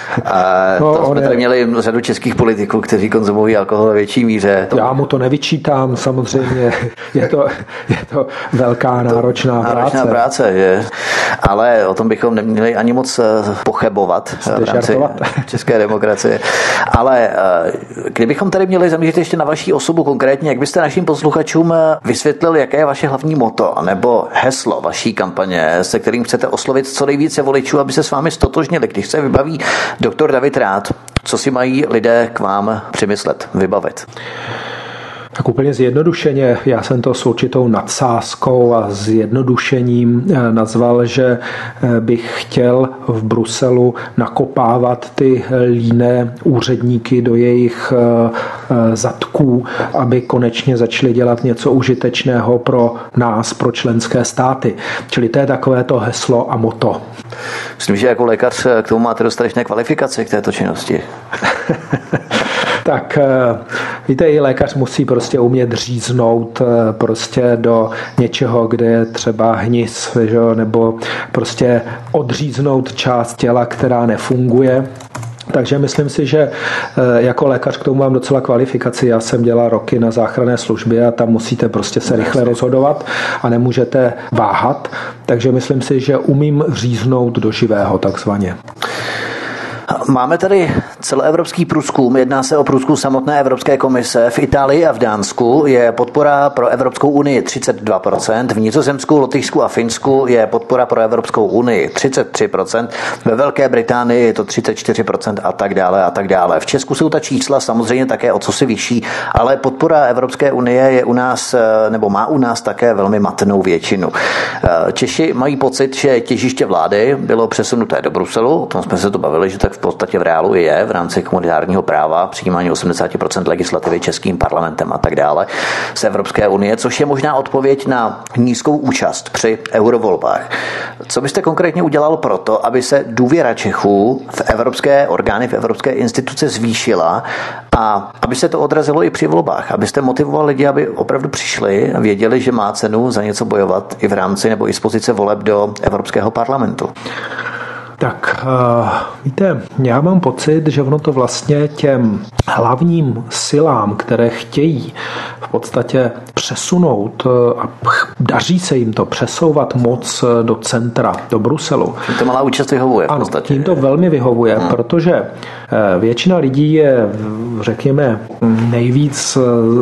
No, to jsme tady měli řadu českých politiků, kteří konzumují alkohol ve větší míře. Já mu to nevyčítám, samozřejmě. Je to velká náročná práce. Náročná práce, že? Ale o tom bychom neměli ani moc pochybovat v rámci české demokracie. Ale kdybychom tady měli zaměřit ještě na vaší osobu konkrétně, jak byste našim posluchačům vysvětlil, jaké je vaše hlavní motto nebo heslo vaší kampaně, se kterým chcete oslovit co nejvíce voličů, aby se s vámi stotožnili, když se vybaví doktor David Rath, co si mají lidé k vám přimyslet, vybavit? Tak úplně zjednodušeně, já jsem to s určitou nadsázkou a zjednodušením nazval, že bych chtěl v Bruselu nakopávat ty líné úředníky do jejich zadků, aby konečně začali dělat něco užitečného pro nás, pro členské státy. Čili to je takové to heslo a motto. Myslím, že jako lékař k tomu máte dostatečné kvalifikace k této činnosti. Tak víte, i lékař musí prostě umět říznout prostě do něčeho, kde je třeba hnis, že? Nebo prostě odříznout část těla, která nefunguje. Takže myslím si, že jako lékař k tomu mám docela kvalifikaci. Já jsem dělal roky na záchranné službě a tam musíte prostě se rychle rozhodovat a nemůžete váhat. Takže myslím si, že umím říznout do živého takzvaně. Máme tady celoevropský průzkum, jedná se o průzkum samotné Evropské komise. V Itálii a v Dánsku je podpora pro Evropskou unii 32%, v Nizozemsku, Lotyšsku a Finsku je podpora pro Evropskou unii 33%, ve Velké Británii je to 34% a tak dále a tak dále. V Česku jsou ta čísla samozřejmě také o cosi vyšší, ale podpora Evropské unie je u nás, nebo má u nás také velmi matnou většinu. Češi mají pocit, že těžiště vlády bylo přesunuté do Bruselu, o tom jsme se to bavili, že tak v podstatě v reálu je v rámci komunitárního práva, přijímání 80% legislativy českým parlamentem a tak dále z Evropské unie, což je možná odpověď na nízkou účast při eurovolbách. Co byste konkrétně udělal pro to, aby se důvěra Čechů v evropské orgány, v evropské instituce zvýšila a aby se to odrazilo i při volbách, abyste motivovali lidi, aby opravdu přišli a věděli, že má cenu za něco bojovat i v rámci nebo i z pozice voleb do Evropského parlamentu? Tak víte, já mám pocit, že ono to vlastně těm hlavním silám, které chtějí v podstatě přesunout a daří se jim to přesouvat moc do centra, do Bruselu. To malá účast vyhovuje v podstatě. Ano, jim to velmi vyhovuje, protože většina lidí je, řekněme, nejvíc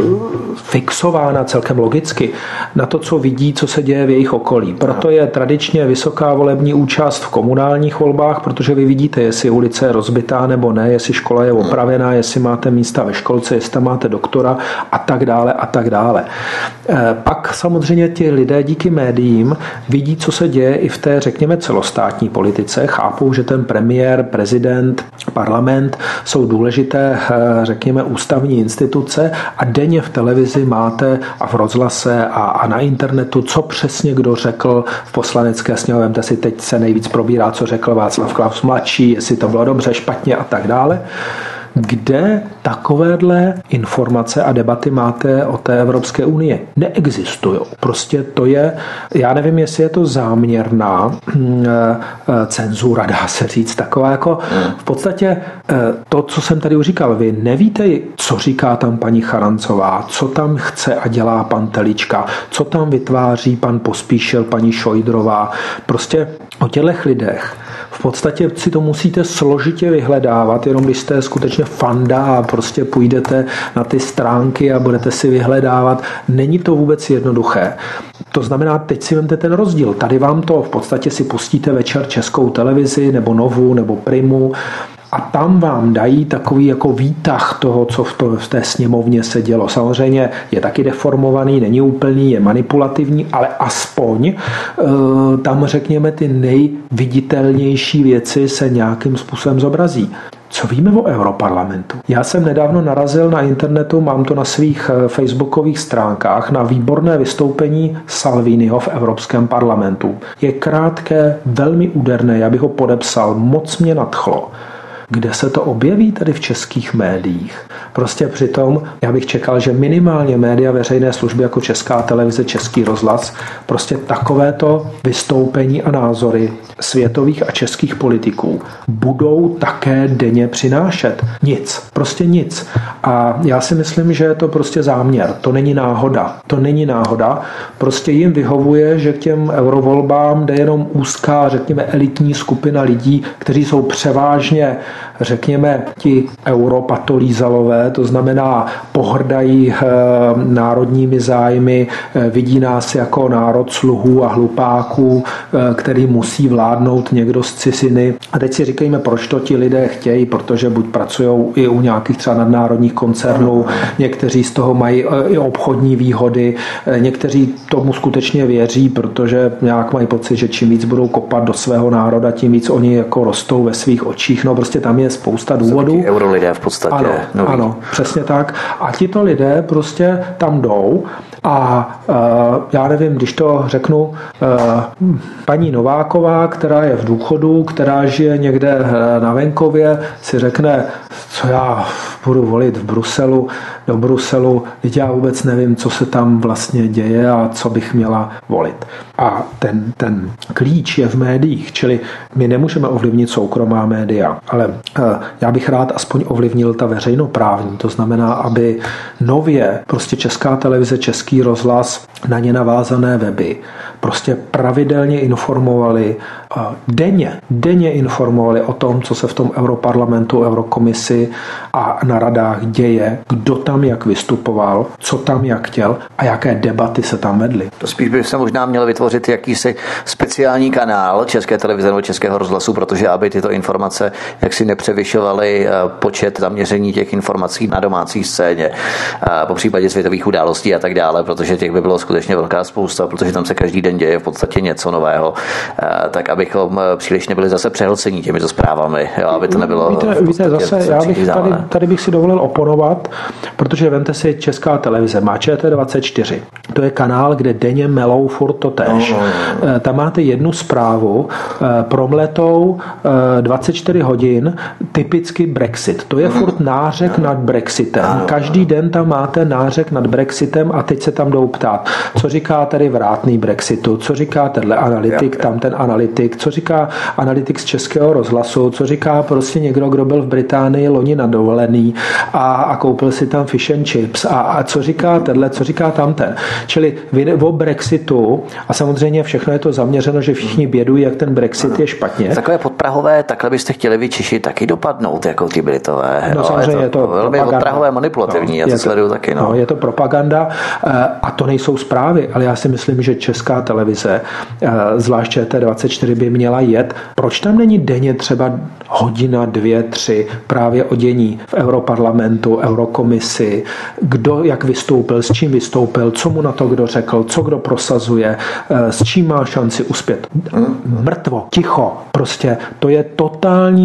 fixována celkem logicky na to, co vidí, co se děje v jejich okolí. Proto je tradičně vysoká volební účast v komunálních volbách, protože vy vidíte, jestli ulice je rozbitá nebo ne, jestli škola je opravená, jestli máte místa ve školce, jestli tam máte doktora a tak dále a tak dále. Pak samozřejmě ti lidé díky médiím vidí, co se děje i v té, řekněme, celostátní politice. Chápou, že ten premiér, prezident, parlament jsou důležité, řekněme, ústavní instituce a denně v televizi máte a v rozhlase a na internetu, co přesně kdo řekl v poslanecké sněmovně. Vemte si, teď se nejvíc probírá, co řekl Václav Klaus mladší, jestli to bylo dobře, špatně a tak dále. Kde takovéhle informace a debaty máte o té Evropské unii? Neexistují. Prostě to je, já nevím, jestli je to záměrná cenzura, dá se říct, taková jako v podstatě to, co jsem tady už říkal, vy nevíte, co říká tam paní Charancová, co tam chce a dělá pan Telička, co tam vytváří pan Pospíšil, paní Šojdrová. Prostě o těchto lidech v podstatě si to musíte složitě vyhledávat, jenom když jste skutečně fanda a prostě půjdete na ty stránky a budete si vyhledávat. Není to vůbec jednoduché. To znamená, teď si vemte ten rozdíl. Tady vám to v podstatě si pustíte večer Českou televizi nebo Novu nebo Primu a tam vám dají takový jako výtah toho, co v té sněmovně se dělo. Samozřejmě je taky deformovaný, není úplný, je manipulativní, ale aspoň tam, řekněme, ty nejviditelnější věci se nějakým způsobem zobrazí. Co víme o Europarlamentu? Já jsem nedávno narazil na internetu, mám to na svých facebookových stránkách, na výborné vystoupení Salviniho v Evropském parlamentu. Je krátké, velmi úderné, já bych ho podepsal, moc mě nadchlo. Kde se to objeví tady v českých médiích? Prostě přitom já bych čekal, že minimálně média veřejné služby jako Česká televize, Český rozhlas, prostě takovéto vystoupení a názory světových a českých politiků budou také denně přinášet. Nic. Prostě nic. A já si myslím, že je to prostě záměr. To není náhoda. To není náhoda. Prostě jim vyhovuje, že k těm eurovolbám jde jenom úzká, řekněme, elitní skupina lidí, kteří jsou převážně, řekněme, ti europatolízalové, to znamená pohrdají národními zájmy, vidí nás jako národ sluhů a hlupáků, který musí vládnout někdo z ciziny. A teď si říkejme, proč to ti lidé chtějí, protože buď pracují i u nějakých třeba nadnárodních koncernů, někteří z toho mají i obchodní výhody, někteří tomu skutečně věří, protože nějak mají pocit, že čím víc budou kopat do svého národa, tím víc oni jako rostou ve svých očích. No prostě tam je spousta důvodů. Eurolidé v podstatě. Ano, přesně tak. A tito lidé prostě tam jdou a já nevím, když to řeknu, paní Nováková, která je v důchodu, která žije někde na venkově, si řekne, co já budu volit v Bruselu, do Bruselu, teď já vůbec nevím, co se tam vlastně děje a co bych měla volit. A ten klíč je v médiích, čili my nemůžeme ovlivnit soukromá média, ale já bych rád aspoň ovlivnil ta veřejnoprávní, to znamená, aby nově prostě Česká televize, Český rozhlas, na ně navázané weby prostě pravidelně informovali denně informovali o tom, co se v tom Europarlamentu, Eurokomisi a na radách děje, kdo tam jak vystupoval, co tam jak chtěl a jaké debaty se tam vedly. To spíš by se možná měl vytvořit jakýsi speciální kanál České televize nebo Českého rozhlasu, protože aby tyto informace jaksi nepřevyšovaly počet zaměření těch informací na domácí scéně, po případě světových událostí a tak dále, protože těch by bylo skutečně velká spousta, protože tam se každý den děje v podstatě něco nového, tak abychom příliš nebyli zase přehlcení těmito zprávami, jo, aby to nebylo. Víte zase, já bych tady bych si dovolil oponovat, protože vemte si Česká televize, má ČT24. To je kanál, kde denně melou furt to též. Tam máte jednu zprávu promletou 24 hodin, typicky Brexit. To je furt nářek nad Brexitem. Každý den tam máte nářek nad Brexitem a teď se tam jdou ptát, co říká tady vrátný Brexitu, co říká tenhle analytik, tam ten analytik, co říká analytik z Českého rozhlasu, co říká prostě někdo, kdo byl v Británii loni na dovolený a koupil si tam fish and chips a co říká tenhle, co říká tamten. Čili o Brexitu a samozřejmě všechno je to zaměřeno, že všichni bědují, jak ten Brexit je špatně. Takové podprahové, takhle byste chtěli vy Češi taky dopadnout, jako ty Britové. No samozřejmě je to velmi podprahové, manipulativní, já to sleduju taky. No, je to propaganda a to nejsou zprávy, ale já si myslím, že Česká televize, zvlášť ČT24 by měla jet. Proč tam není denně třeba hodina, 2, 3 právě o dění v Europarlamentu, Eurokomisi, kdo jak vystoupil, s čím vystoupil, co mu na to kdo řekl, co kdo prosazuje, s čím má šanci uspět. Mrtvo, ticho, prostě to je totální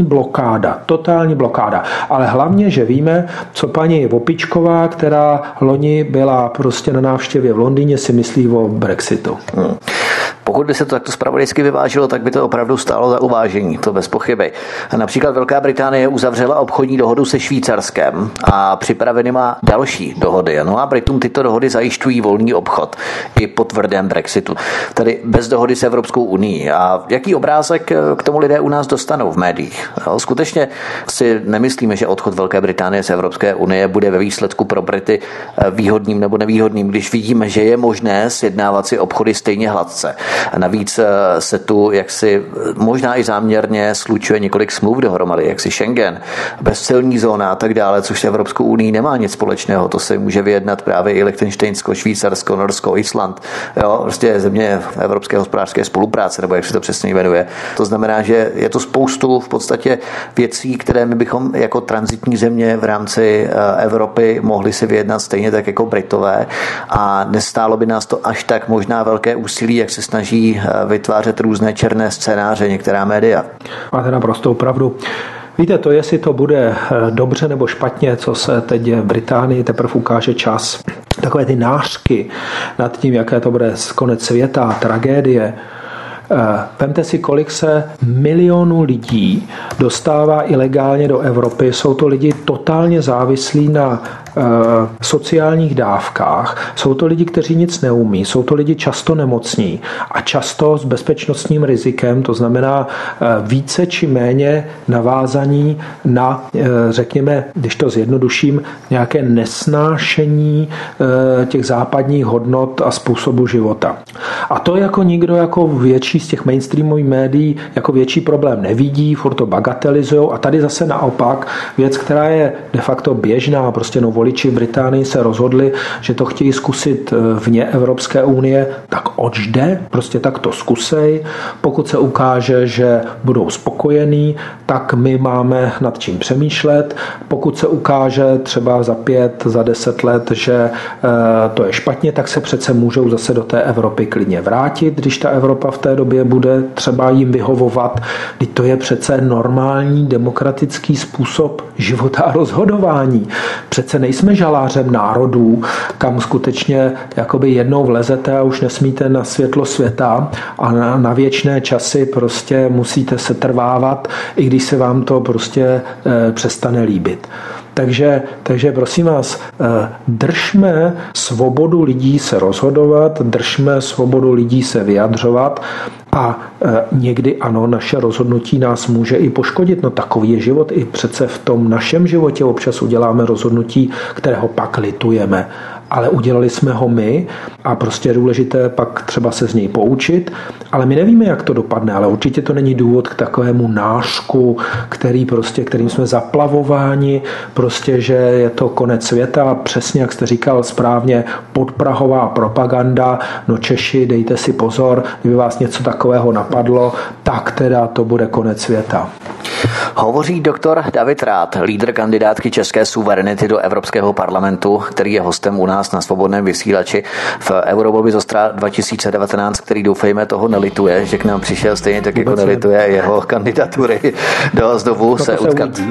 blokáda. Ale hlavně, že víme, co paní Vopičková, která loni byla prostě na návštěvě v Londýně, si myslí o Brexitu. Pokud by se to takto zpravodajsky vyvážilo, tak by to opravdu stálo za uvážení, to bez pochyby. Například Velká Británie uzavřela obchodní dohodu se Švýcarskem a připraveny má další dohody. No a Britům tyto dohody zajišťují volný obchod i po tvrdém Brexitu, tedy bez dohody s Evropskou unií. A jaký obrázek k tomu lidé u nás dostanou v médiích? Skutečně si nemyslíme, že odchod Velké Británie z Evropské unie bude ve výsledku pro Brity výhodným nebo nevýhodným, když vidíme, že je možné sjednávat si obchody stejně hladce. Navíc se tu jaksi možná i záměrně slučuje několik smluv dohromady, jaksi Schengen, bezcelní zóna a tak dále, což s Evropskou unií nemá nic společného. To se může vyjednat právě i Lichtenštejnsko, Švýcarsko, Norsko, Island. Jo, prostě země Evropské hospodářské spolupráce, nebo jak se to přesně jmenuje. To znamená, že je to spoustu v podstatě věcí, které my bychom jako tranzitní země v rámci Evropy mohli si vyjednat stejně tak jako Britové a nestálo by nás to až tak možná velké úsilí, jak se snaží vytvářet různé černé scénáře některá média. Máte naprostou pravdu. Víte, to jestli to bude dobře nebo špatně, co se teď děje v Británii, teprve ukáže čas. Takové ty nářky nad tím, jaké to bude konec světa, tragédie. Vemte si, kolik se milionů lidí dostává ilegálně do Evropy. Jsou to lidi totálně závislí na sociálních dávkách. Jsou to lidi, kteří nic neumí. Jsou to lidi často nemocní a často s bezpečnostním rizikem, to znamená více či méně navázaní na, řekněme, když to zjednoduším, nějaké nesnášení těch západních hodnot a způsobu života. A to jako nikdo jako větší z těch mainstreamových médií jako větší problém nevidí, furt to bagatelizujou a tady zase naopak věc, která je de facto běžná, prostě voliči v Británii se rozhodli, že to chtějí zkusit vně Evropské unie, tak oč jde, prostě tak to zkusej. Pokud se ukáže, že budou spokojení, tak my máme nad čím přemýšlet. Pokud se ukáže třeba za 5, za 10 let, že to je špatně, tak se přece můžou zase do té Evropy klidně vrátit, když ta Evropa v té době bude třeba jim vyhovovat. Teď to je přece normální demokratický způsob života a rozhodování. Přece nejsme žalářem národů, kam skutečně jakoby jednou vlezete a už nesmíte na světlo světa a na věčné časy prostě musíte se trvávat, i když se vám to prostě přestane líbit. Takže prosím vás, držme svobodu lidí se rozhodovat, držme svobodu lidí se vyjadřovat a někdy ano, naše rozhodnutí nás může i poškodit. No takový je život. I přece v tom našem životě občas uděláme rozhodnutí, kterého pak litujeme. ale udělali jsme ho my a prostě je důležité pak třeba se z něj poučit, ale my nevíme, jak to dopadne, ale určitě to není důvod k takovému nášku, kterým jsme zaplavováni, prostě, že je to konec světa, přesně jak jste říkal správně, podprahová propaganda, no Češi, dejte si pozor, kdyby vás něco takového napadlo, tak teda to bude konec světa. Hovoří doktor David Rath, lídr kandidátky České suverenity do Evropského parlamentu, který je hostem u nás na Svobodném vysílači v eurovolbě z Ostra 2019, který doufejme toho nelituje, že k nám přišel stejně tak, jako nelituje jeho kandidatury do znovu se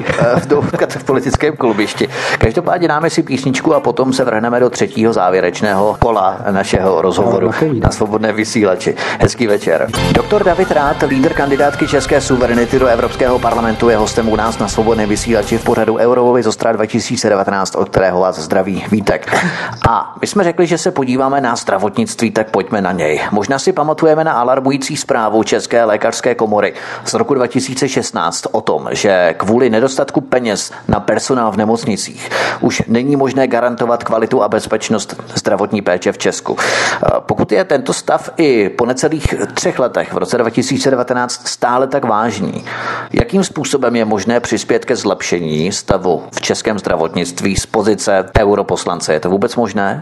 utkat v politickém klubišti. Každopádně dáme si písničku a potom se vrhneme do třetího závěrečného kola našeho rozhovoru na Svobodném vysílači. Hezký večer. Doktor David Rath, lídr kandidátky České suverenity do Evropského parlamentu, je hostem u nás na Svobodném vysílači v pořadu Eurovolby z Ostra 2019, od kterého vás zdraví Vítek. A my jsme řekli, že se podíváme na zdravotnictví, tak pojďme na něj. Možná si pamatujeme na alarmující zprávu České lékařské komory z roku 2016 o tom, že kvůli nedostatku peněz na personál v nemocnicích už není možné garantovat kvalitu a bezpečnost zdravotní péče v Česku. Pokud je tento stav i po necelých 3 letech v roce 2019 stále tak vážný, jakým způsobem je možné přispět ke zlepšení stavu v českém zdravotnictví z pozice europoslance? Je to vůbec možné?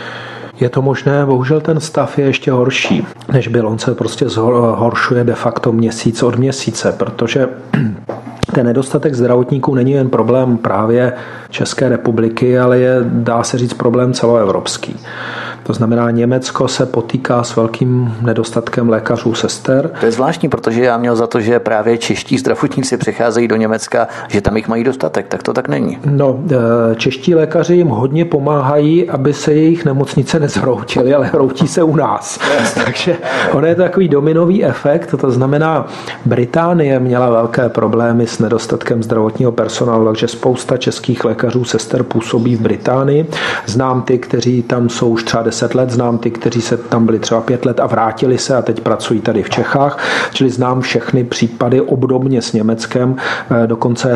Je to možné, bohužel ten stav je ještě horší, než byl. On se prostě zhoršuje de facto měsíc od měsíce, protože ten nedostatek zdravotníků není jen problém právě České republiky, ale je, dá se říct, problém celoevropský. To znamená, Německo se potýká s velkým nedostatkem lékařů, sester. To je zvláštní, protože já měl za to, že právě čeští zdravotníci přicházejí do Německa, že tam jich mají dostatek, tak to tak není. No, čeští lékaři jim hodně pomáhají, aby se jejich nemocnice nezhroutily, ale hroutí se u nás. Takže ono je to takový dominový efekt, to znamená, Británie měla velké problémy s nedostatkem zdravotního personálu, takže spousta českých lékařů, sester působí v Británii. Znám ty, kteří tam jsou už třeba 10 let, znám ty, kteří se tam byli třeba 5 let a vrátili se a teď pracují tady v Čechách, čili znám všechny případy obdobně s Německem, dokonce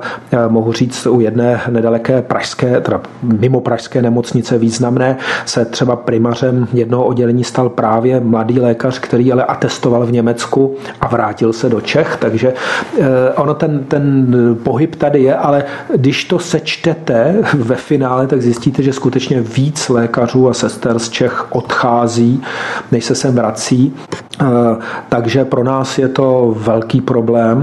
mohu říct u jedné nedaleké pražské, teda mimo pražské nemocnice významné, se třeba primařem jednoho oddělení stal právě mladý lékař, který ale atestoval v Německu a vrátil se do Čech, takže ono ten pohyb tady je, ale když to sečtete ve finále, tak zjistíte, že skutečně víc lékařů a sester z Čech odchází, než se sem vrací. Takže pro nás je to velký problém.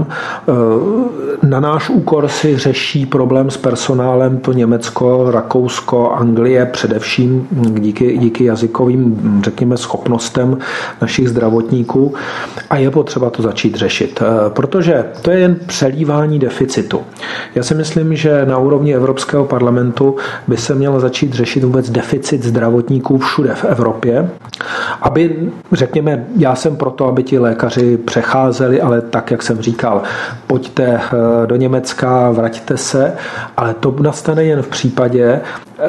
Na náš úkor si řeší problém s personálem to Německo, Rakousko, Anglie, především díky jazykovým, řekněme, schopnostem našich zdravotníků. A je potřeba to začít řešit, protože to je jen přelívání deficitu. Já si myslím, že na úrovni Evropského parlamentu by se mělo začít řešit vůbec deficit zdravotníků všude v Evropě, aby, řekněme, já jsem proto, aby ti lékaři přecházeli, ale tak, jak jsem říkal, pojďte do Německa, vraťte se, ale to nastane jen v případě,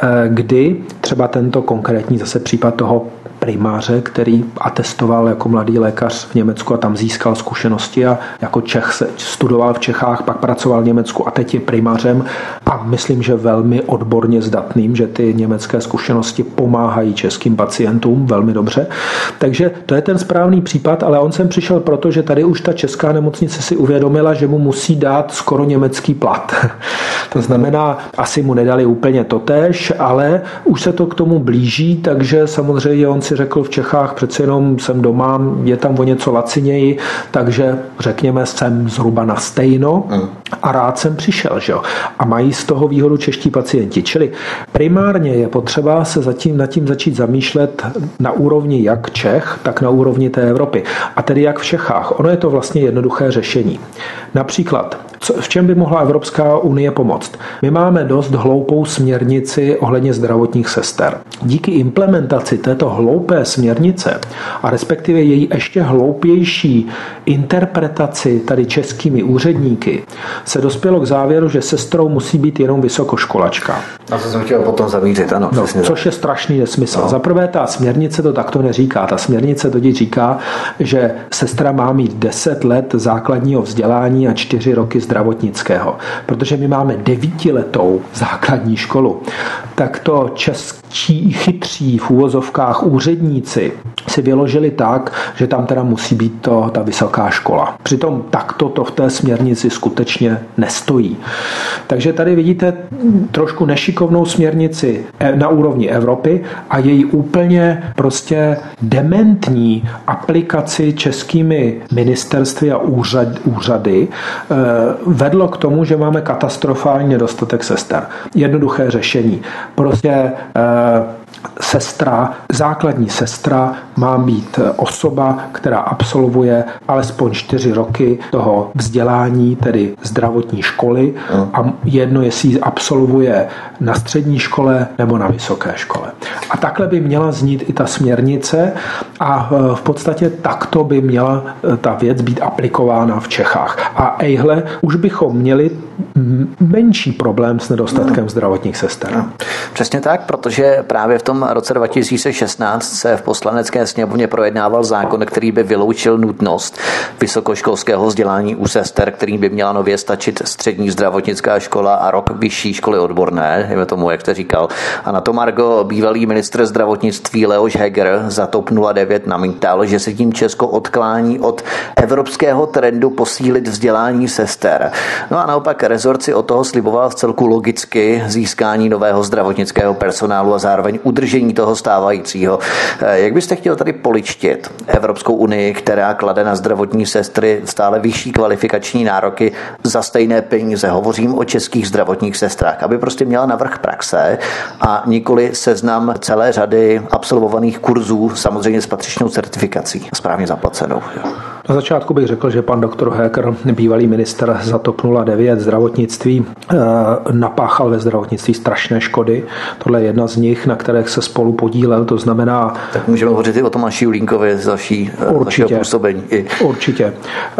kdy třeba tento konkrétní zase případ toho primáře, který atestoval jako mladý lékař v Německu a tam získal zkušenosti a jako Čech se studoval v Čechách, pak pracoval v Německu a teď je primářem a myslím, že velmi odborně zdatným, že ty německé zkušenosti pomáhají českým pacientům velmi dobře. Takže to je ten správný případ, ale on sem přišel proto, že tady už ta česká nemocnice si uvědomila, že mu musí dát skoro německý plat. To znamená, asi mu nedali úplně totéž, ale už se to k tomu blíží, takže samozřejmě on si řekl v Čechách, přece jenom jsem doma, je tam o něco laciněji, takže řekněme, jsem zhruba na stejno a rád jsem přišel, že jo. A mají z toho výhodu čeští pacienti. Čili primárně je potřeba se nad tím začít zamýšlet na úrovni jak Čech, tak na úrovni té Evropy. A tedy jak v Čechách. Ono je to vlastně jednoduché řešení. Například, v čem by mohla Evropská unie pomoct? My máme dost hloupou směrnici ohledně zdravotních sester. Díky implementaci této hloupé směrnice a respektive její ještě hloupější interpretaci tady českými úředníky se dospělo k závěru, že sestrou musí být jenom vysokoškolačka. A to jsem chtěl potom zamířit, ano. No, což je strašný nesmysl. No. Za prvé ta směrnice to takto neříká. Ta směrnice totiž říká, že sestra má mít 10 let základního vzdělání a 4 roky zdravotního zdravotnického. Protože my máme 9letou základní školu, tak to čeští chytří v úvozovkách úředníci si vyložili tak, že tam teda musí být ta vysoká škola. Přitom takto to v té směrnici skutečně nestojí. Takže tady vidíte trošku nešikovnou směrnici na úrovni Evropy a její úplně prostě dementní aplikaci českými ministerstvy a úřady vedlo k tomu, že máme katastrofální nedostatek sester. Jednoduché řešení. Prostě základní sestra má být osoba, která absolvuje alespoň 4 roky toho vzdělání, tedy zdravotní školy a jedno, jestli ji absolvuje na střední škole nebo na vysoké škole. A takhle by měla znít i ta směrnice a v podstatě takto by měla ta věc být aplikována v Čechách. A ejhle, už bychom měli menší problém s nedostatkem zdravotních sester. Přesně tak, protože právě v tom roce 2016 se v Poslanecké sněmovně projednával zákon, který by vyloučil nutnost vysokoškolského vzdělání u sester, kterým by měla nově stačit střední zdravotnická škola a rok vyšší školy odborné, dejme tomu, jak jste říkal. A na to margo bývalý ministr zdravotnictví Leoš Heger za TOP 09 namítal, že se tím Česko odklání od evropského trendu posílit vzdělání sester. No a naopak rezort si od toho sliboval vcelku logicky získání nového zdravotnického personálu a zároveň udržení toho stávajícího. Jak byste chtěl tady poličtit Evropskou unii, která klade na zdravotní sestry stále vyšší kvalifikační nároky za stejné peníze? Hovořím o českých zdravotních sestrách, aby prostě měla navrch praxe a nikoli seznam celé řady absolvovaných kurzů, samozřejmě s patřičnou certifikací, správně zaplacenou. Na začátku bych řekl, že pan doktor Heger, bývalý ministr za TOP 09 zdravotnictví, napáchal ve zdravotnictví strašné škody. Tohle je jedna z nich, na kterých se spolu podílel, to znamená... Tak můžeme hovořit i o Tomáši Julínkovi z vašeho působení. Určitě.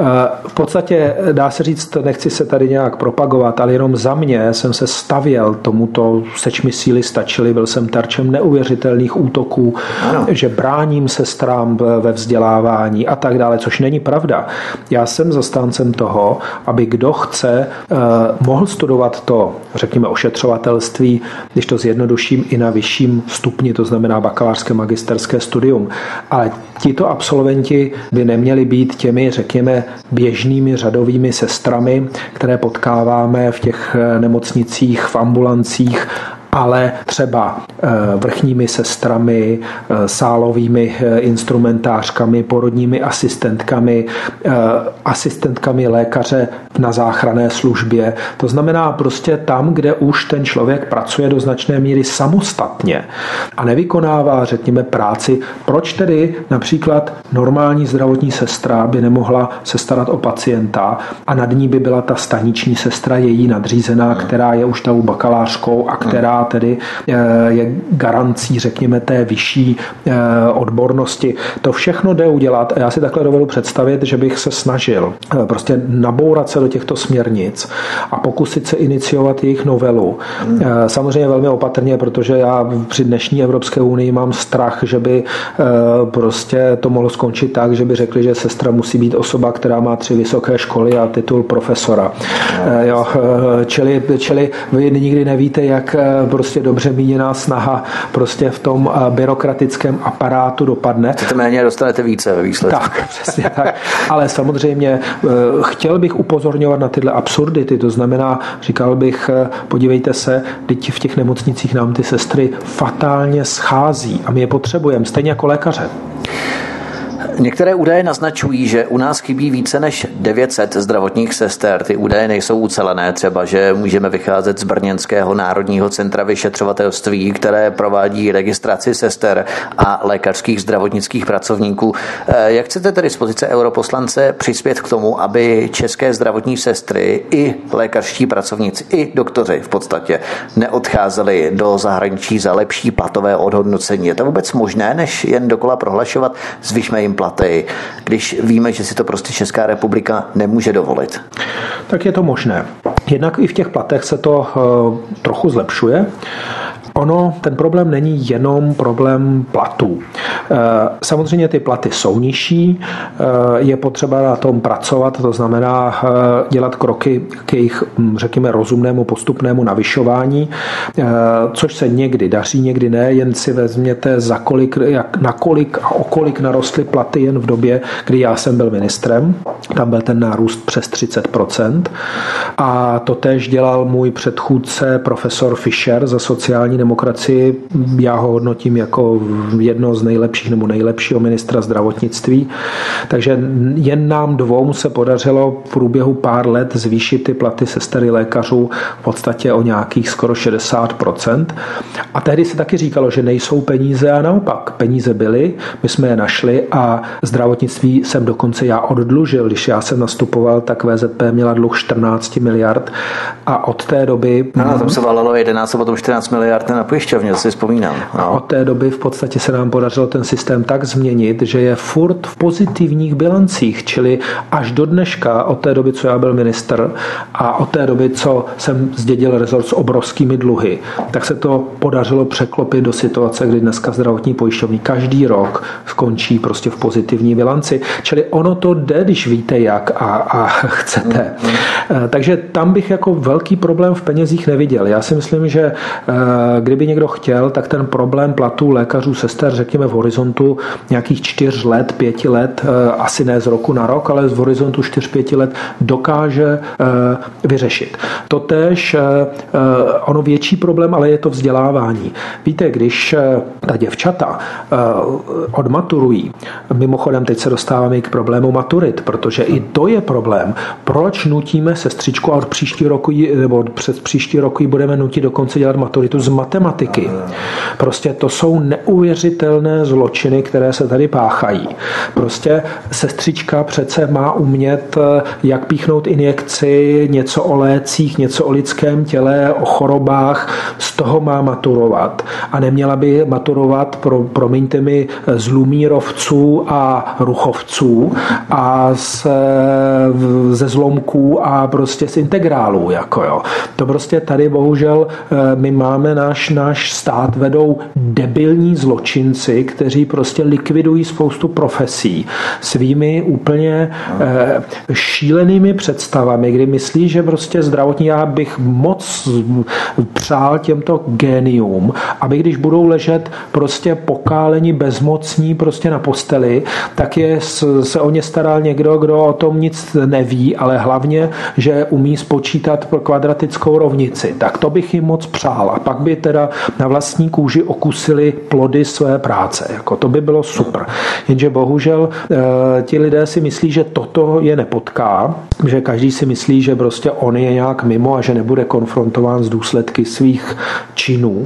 V podstatě dá se říct, nechci se tady nějak propagovat, ale jenom za mě jsem se stavěl tomuto, seč mi síly stačily, byl jsem terčem neuvěřitelných útoků, že bráním sestrám ve vzdělávání a tak dále, což není pravda. Já jsem zastáncem toho, aby kdo chce, mohl studovat to, řekněme, ošetřovatelství, když to zjednoduším, i na vyšším stupni, to znamená bakalářské, magisterské studium. Ale tito absolventi by neměli být těmi, řekněme, běžnými řadovými sestrami, které potkáváme v těch nemocnicích, v ambulancích, ale třeba vrchními sestrami, sálovými instrumentářkami, porodními asistentkami lékaře na záchranné službě. To znamená prostě tam, kde už ten člověk pracuje do značné míry samostatně a nevykonává, řekněme, práci. Proč tedy například normální zdravotní sestra by nemohla se starat o pacienta a nad ní by byla ta staniční sestra, její nadřízená, která je už tou bakalářkou a která tedy je garancí, řekněme, té vyšší odbornosti. To všechno jde udělat a já si takhle dovedu představit, že bych se snažil prostě nabourat se do těchto směrnic a pokusit se iniciovat jejich novelu. Samozřejmě velmi opatrně, protože já při dnešní Evropské unii mám strach, že by prostě to mohlo skončit tak, že by řekli, že sestra musí být osoba, která má 3 vysoké školy a titul profesora. Čili vy nikdy nevíte, jak prostě dobře míněná snaha prostě v tom byrokratickém aparátu dopadne. To méně dostanete více ve výsledku. Tak, přesně tak. Ale samozřejmě chtěl bych upozorňovat na tyhle absurdity, to znamená, říkal bych, podívejte se, teď v těch nemocnicích nám ty sestry fatálně schází a my je potřebujeme, stejně jako lékaře. Některé údaje naznačují, že u nás chybí více než 900 zdravotních sester. Ty údaje nejsou ucelené, třeba že můžeme vycházet z Brněnského národního centra vyšetřovatelství, které provádí registraci sester a lékařských zdravotnických pracovníků. Jak chcete tedy z pozice europoslance přispět k tomu, aby české zdravotní sestry i lékařští pracovníci, i doktoři v podstatě neodcházeli do zahraničí za lepší platové ohodnocení? Je to vůbec možné, než jen dokola prohlašovat, zvyšme jim platy, když víme, že si to prostě Česká republika nemůže dovolit? Tak je to možné. Jednak i v těch platech se to trochu zlepšuje, ten problém není jenom problém platů. Samozřejmě ty platy jsou nižší, je potřeba na tom pracovat, to znamená dělat kroky k jejich, řekněme, rozumnému postupnému navyšování, což se někdy daří, někdy ne, jen si vezměte, nakolik a okolik narostly platy jen v době, kdy já jsem byl ministrem. Tam byl ten nárůst přes 30%. A to též dělal můj předchůdce profesor Fischer za sociální demokracii. Já ho hodnotím jako jedno z nejlepších nebo nejlepšího ministra zdravotnictví. Takže jen nám dvou se podařilo v průběhu pár let zvýšit ty platy sester i lékařů v podstatě o nějakých skoro 60%. A tehdy se taky říkalo, že nejsou peníze a naopak. Peníze byly, my jsme je našli a zdravotnictví jsem dokonce já oddlužil. Když já jsem nastupoval, tak VZP měla dluh 14 miliard a od té doby... Tam se valilo 11 a potom 14 miliard na pojišťovně, to si vzpomínám. A od té doby v podstatě se nám podařilo ten systém tak změnit, že je furt v pozitivních bilancích, čili až do dneška, od té doby, co já byl ministr a od té doby, co jsem zdědil rezort s obrovskými dluhy, tak se to podařilo překlopit do situace, kdy dneska zdravotní pojišťovny každý rok skončí prostě v pozitivní bilanci. Čili ono to jde, když víte jak a chcete. Takže tam bych jako velký problém v penězích neviděl. Já si myslím, že kdyby někdo chtěl, tak ten problém platů lékařů, sester, řekněme v horizontu nějakých 4 let, 5 let, asi ne z roku na rok, ale z horizontu 4-5 let dokáže vyřešit. Totéž ono větší problém, ale je to vzdělávání. Víte, když ta děvčata odmaturují, mimochodem teď se dostáváme k problému maturit, protože i to je problém. Proč nutíme sestřičku a od příští roku nebo přes příští roku budeme nutit dokonce dělat maturitu z matematiky? Prostě to jsou neuvěřitelné zločiny, které se tady páchají. Prostě sestřička přece má umět, jak píchnout injekci, něco o lécích, něco o lidském těle, o chorobách, z toho má maturovat. A neměla by maturovat, promiňte mi, z lumírovců a ruchovců a ze zlomků a prostě z integrálů. Jako jo. To prostě tady bohužel my máme náš stát vedou debilní zločinci, kteří prostě likvidují spoustu profesí svými úplně šílenými představami, kdy myslí, že prostě zdravotní, já bych moc přál těmto géniům, aby když budou ležet prostě pokáleni bezmocní prostě na posteli, tak se o ně staral někdo, kdo o tom nic neví, ale hlavně, že umí spočítat kvadratickou rovnici. Tak to bych jim moc přál. A pak by teda na vlastní kůži okusili plody své práce. Jako to by bylo super. Jenže bohužel ti lidé si myslí, že toto je nepotká, že každý si myslí, že prostě on je nějak mimo a že nebude konfrontován s důsledky svých činů.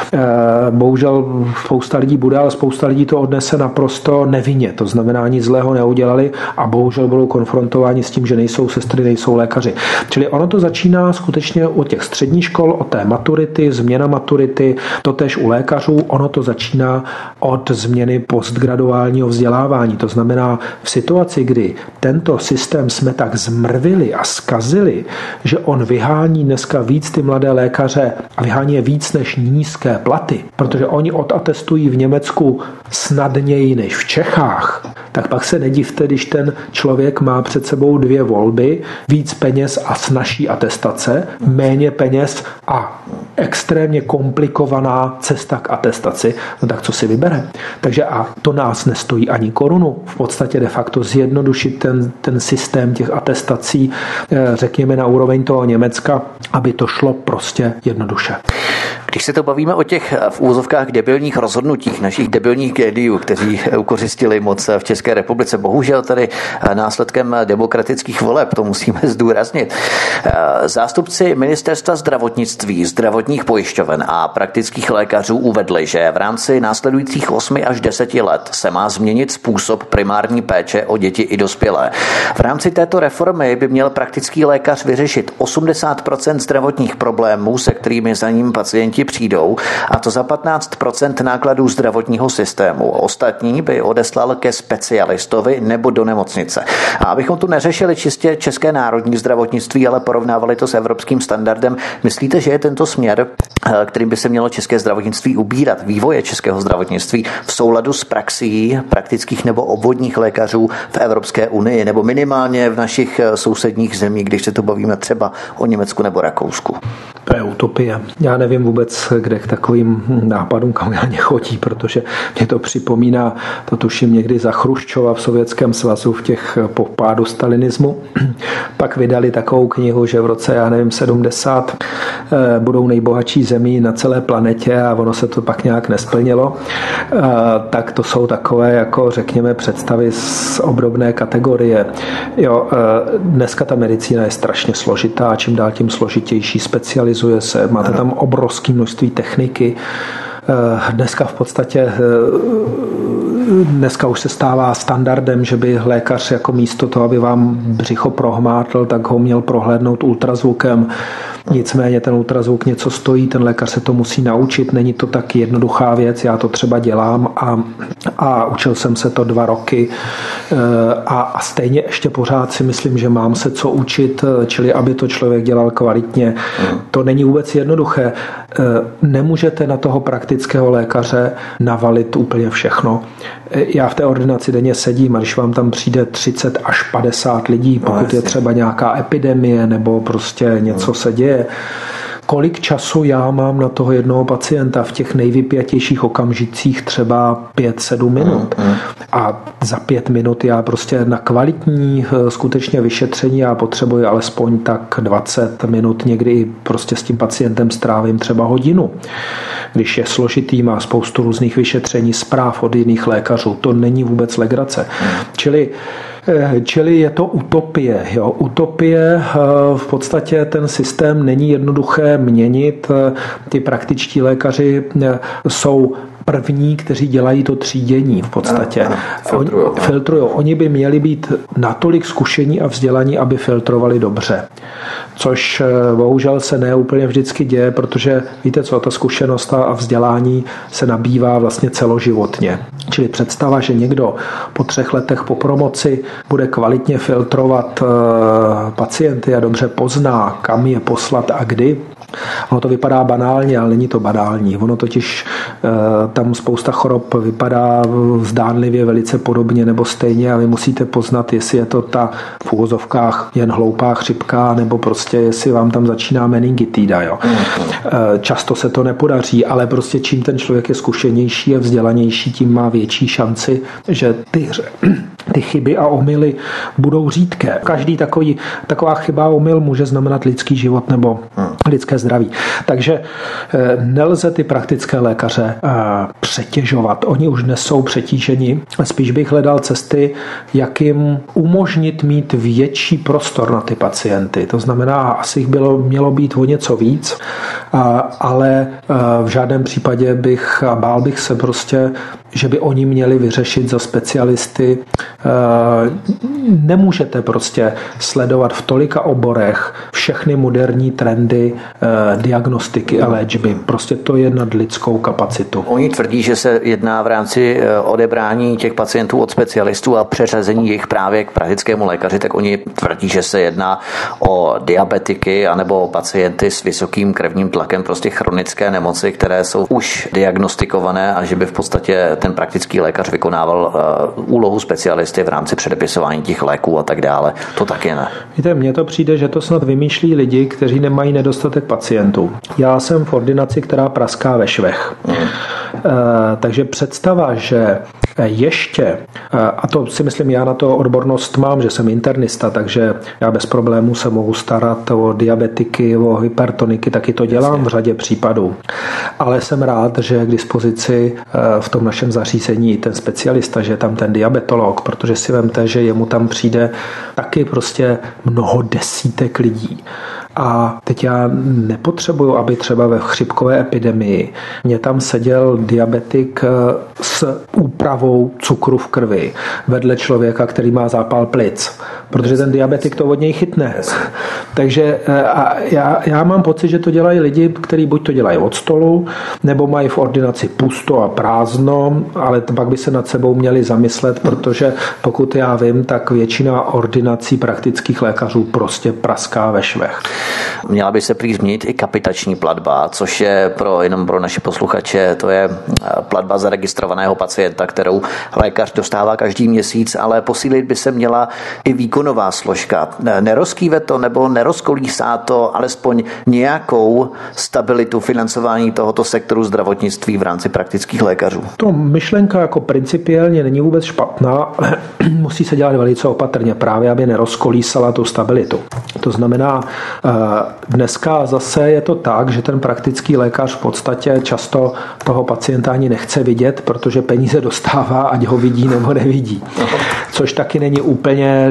Bohužel spousta lidí bude, ale spousta lidí to odnese naprosto nevinně. To znamená, nic zlého neudělali a bohužel budou konfrontováni s tím, že nejsou sestry, nejsou lékaři. Čili ono to začíná skutečně od těch středních škol, od té maturity, změna maturity, totéž u lékařů, ono to začíná od změny postgraduálního vzdělávání. To znamená v situaci, kdy tento systém jsme tak zmrvili a zkazili, že on vyhání dneska víc ty mladé lékaře a vyhání je víc než nízké platy, protože oni odatestují v Německu snadněji než v Čechách, tak pak se nedivte, když ten člověk má před sebou 2 volby, víc peněz a snazší atestace, méně peněz a extrémně komplikovaná cesta k atestaci, no tak co si vybere? Takže a to nás nestojí ani korunu. V podstatě de facto zjednodušit ten systém těch atestací, řekněme na úroveň toho Německa, aby to šlo prostě jednoduše. Když se to bavíme o těch v úvozovkách debilních rozhodnutích našich debilních géniů, kteří ukořistili moc v České republice, bohužel tady následkem demokratických voleb, to musíme zdůraznit. Zástupci ministerstva zdravotnictví, zdravotních pojišťoven a praktických lékařů uvedli, že v rámci následujících 8 až 10 let se má změnit způsob primární péče o děti i dospělé. V rámci této reformy by měl praktický lékař vyřešit 80% zdravotních problémů, se kterými za ním pacienti přijdou, a to za 15% nákladů zdravotního systému. Ostatní by odeslal ke specialistovi nebo do nemocnice. A abychom tu neřešili čistě české národní zdravotnictví, ale porovnávali to s evropským standardem, myslíte, že je tento směr, kterým by se mělo české zdravotnictví ubírat, vývoje českého zdravotnictví v souladu s praxí praktických nebo obvodních lékařů v Evropské unii, nebo minimálně v našich sousedních zemích, když se tu bavíme třeba o Německu nebo Rakousku? To je utopie. Já nevím vůbec, kde k takovým nápadům kamerálně chodí, protože mě to připomíná, to tuším někdy za Chruščova v Sovětském svazu v těch po pádu stalinismu. Pak vydali takovou knihu, že v roce, 70 budou nejbohatší zemí na celé planetě a ono se to pak nějak nesplnilo. Tak to jsou takové, jako řekněme, představy z obdobné kategorie. Jo, dneska ta medicína je strašně složitá a čím dál tím složitější, specializuje se, máte tam obrovské množství techniky. Dneska v podstatě už se stává standardem, že by lékař jako místo toho, aby vám břicho prohmátl, tak ho měl prohlédnout ultrazvukem. Nicméně ten ultrazvuk něco stojí, ten lékař se to musí naučit, není to tak jednoduchá věc, já to třeba dělám a učil jsem se to 2 roky a stejně ještě pořád si myslím, že mám se co učit, čili aby to člověk dělal kvalitně. To není vůbec jednoduché. Nemůžete na toho praktického lékaře navalit úplně všechno. Já v té ordinaci denně sedím a když vám tam přijde 30 až 50 lidí, pokud je třeba nějaká epidemie nebo prostě něco se děje, kolik času já mám na toho jednoho pacienta v těch nejvypjatějších okamžicích, třeba 5-7 minut. A za 5 minut já prostě na kvalitní skutečně vyšetření já potřebuji alespoň tak 20 minut, někdy prostě s tím pacientem strávím třeba hodinu. Když je složitý, má spoustu různých vyšetření, zpráv od jiných lékařů, to není vůbec legrace. Čili je to utopie. Jo. Utopie, v podstatě ten systém není jednoduché měnit. Ty praktičtí lékaři jsou první, kteří dělají to třídění v podstatě. Filtrujou. Oni by měli být natolik zkušení a vzdělaní, aby filtrovali dobře. Což bohužel se ne úplně vždycky děje, protože víte co, ta zkušenost a vzdělání se nabývá vlastně celoživotně. Čili představa, že někdo po 3 letech po promoci bude kvalitně filtrovat pacienty a dobře pozná, kam je poslat a kdy. Ono to vypadá banálně, ale není to banální. Ono totiž tam spousta chorob vypadá zdánlivě velice podobně nebo stejně a vy musíte poznat, jestli je to ta v uvozovkách jen hloupá chřipka nebo prostě jestli vám tam začíná meningitída. Jo. Často se to nepodaří, ale prostě čím ten člověk je zkušenější a vzdělanější, tím má větší šanci, že ty chyby a omyly budou řídké. Každý taková chyba a omyl může znamenat lidský život nebo lidské zdraví. Takže nelze ty praktické lékaře přetěžovat. Oni už dnes jsou přetíženi. Spíš bych hledal cesty, jak jim umožnit mít větší prostor na ty pacienty. To znamená, asi jich mělo být o něco víc, ale v žádném případě bál bych se prostě, že by oni měli vyřešit za specialisty. Nemůžete prostě sledovat v tolika oborech všechny moderní trendy diagnostiky a léčby. Prostě to je nad lidskou kapacitu. Oni tvrdí, že se jedná v rámci odebrání těch pacientů od specialistů a přeřazení jejich právě k praktickému lékaři, tak oni tvrdí, že se jedná o diabetiky anebo pacienty s vysokým krevním tlakem, prostě chronické nemoci, které jsou už diagnostikované a že by v podstatě ten praktický lékař vykonával úlohu specialisty v rámci předepisování těch léků a tak dále. To taky ne. Víte, mně to přijde, že to snad vymýšlí lidi, kteří nemají nedostatek pacientů. Já jsem v ordinaci, která praská ve švech. Takže představa, že ještě, a to si myslím, já na to odbornost mám, že jsem internista, takže já bez problémů se mohu starat o diabetiky, o hypertoniky, taky to dělám v řadě případů. Ale jsem rád, že je k dispozici v tom našem zařízení ten specialista, že je tam ten diabetolog, protože si vemte, že jemu tam přijde taky prostě mnoho desítek lidí. A teď já nepotřebuju, aby třeba ve chřipkové epidemii mě tam seděl diabetik s úpravou cukru v krvi vedle člověka, který má zápal plic, protože ten diabetik to od něj chytne. Takže já mám pocit, že to dělají lidi, kteří buď to dělají od stolu, nebo mají v ordinaci pusto a prázdno, ale pak by se nad sebou měli zamyslet, protože pokud já vím, tak většina ordinací praktických lékařů prostě praská ve švech. Měla by se prý změnit i kapitační platba, což je jenom pro naše posluchače, to je platba zaregistrovaného pacienta, kterou lékař dostává každý měsíc, ale posílit by se měla i výkonová složka. Nerozkýve to nebo nerozkolísá to alespoň nějakou stabilitu financování tohoto sektoru zdravotnictví v rámci praktických lékařů? To myšlenka jako principiálně není vůbec špatná, ale musí se dělat velice opatrně právě, aby nerozkolísala tu stabilitu. To znamená, dneska zase je to tak, že ten praktický lékař v podstatě často toho pacienta ani nechce vidět, protože peníze dostává, ať ho vidí nebo nevidí. Což taky není úplně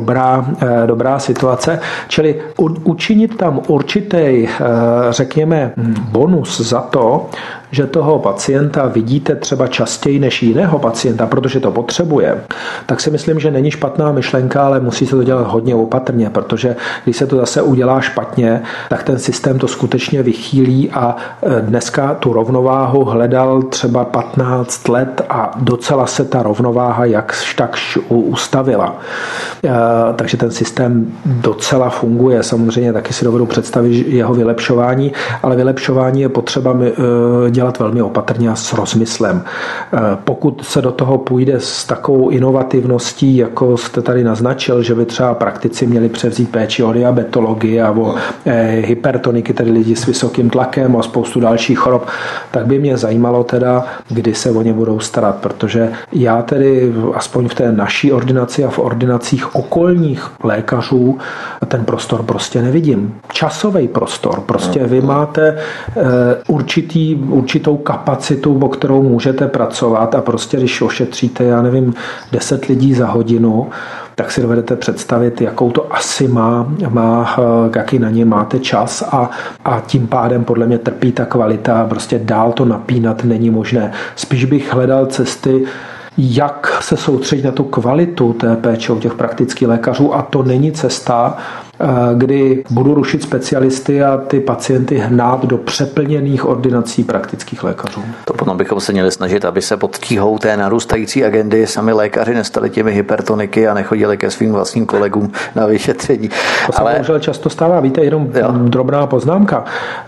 dobrá situace. Čili učinit tam určitý, řekněme, bonus za to, že toho pacienta vidíte třeba častěji než jiného pacienta, protože to potřebuje, tak si myslím, že není špatná myšlenka, ale musí se to dělat hodně opatrně, protože když se to zase udělá špatně, tak ten systém to skutečně vychýlí a dneska tu rovnováhu hledal třeba 15 let a docela se ta rovnováha jakž takž ustavila. Takže ten systém docela funguje. Samozřejmě taky si dovedu představit jeho vylepšování, ale vylepšování je potřeba dělat velmi opatrně a s rozmyslem. Pokud se do toho půjde s takovou inovativností, jako jste tady naznačil, že by třeba praktici měli převzít péči o diabetologii a o hypertoniky, tedy lidi s vysokým tlakem a spoustu dalších chorob, tak by mě zajímalo teda, kdy se o ně budou starat, protože já tedy aspoň v té naší ordinaci a v ordinacích okolních lékařů ten prostor prostě nevidím. Časový prostor. Prostě vy máte určitou kapacitu, o kterou můžete pracovat a prostě když ošetříte, 10 lidí za hodinu, tak si dovedete představit, jakou to asi má jaký na ně máte čas a tím pádem podle mě trpí ta kvalita, prostě dál to napínat není možné. Spíš bych hledal cesty, jak se soustředit na tu kvalitu té péče u těch praktických lékařů a to není cesta, kdy budu rušit specialisty a ty pacienty hnát do přeplněných ordinací praktických lékařů. To potom bychom se měli snažit, aby se pod tíhou té narůstající agendy sami lékaři nestali těmi hypertoniky a nechodili ke svým vlastním kolegům na vyšetření. To se bohužel často stává. Víte, jenom drobná poznámka.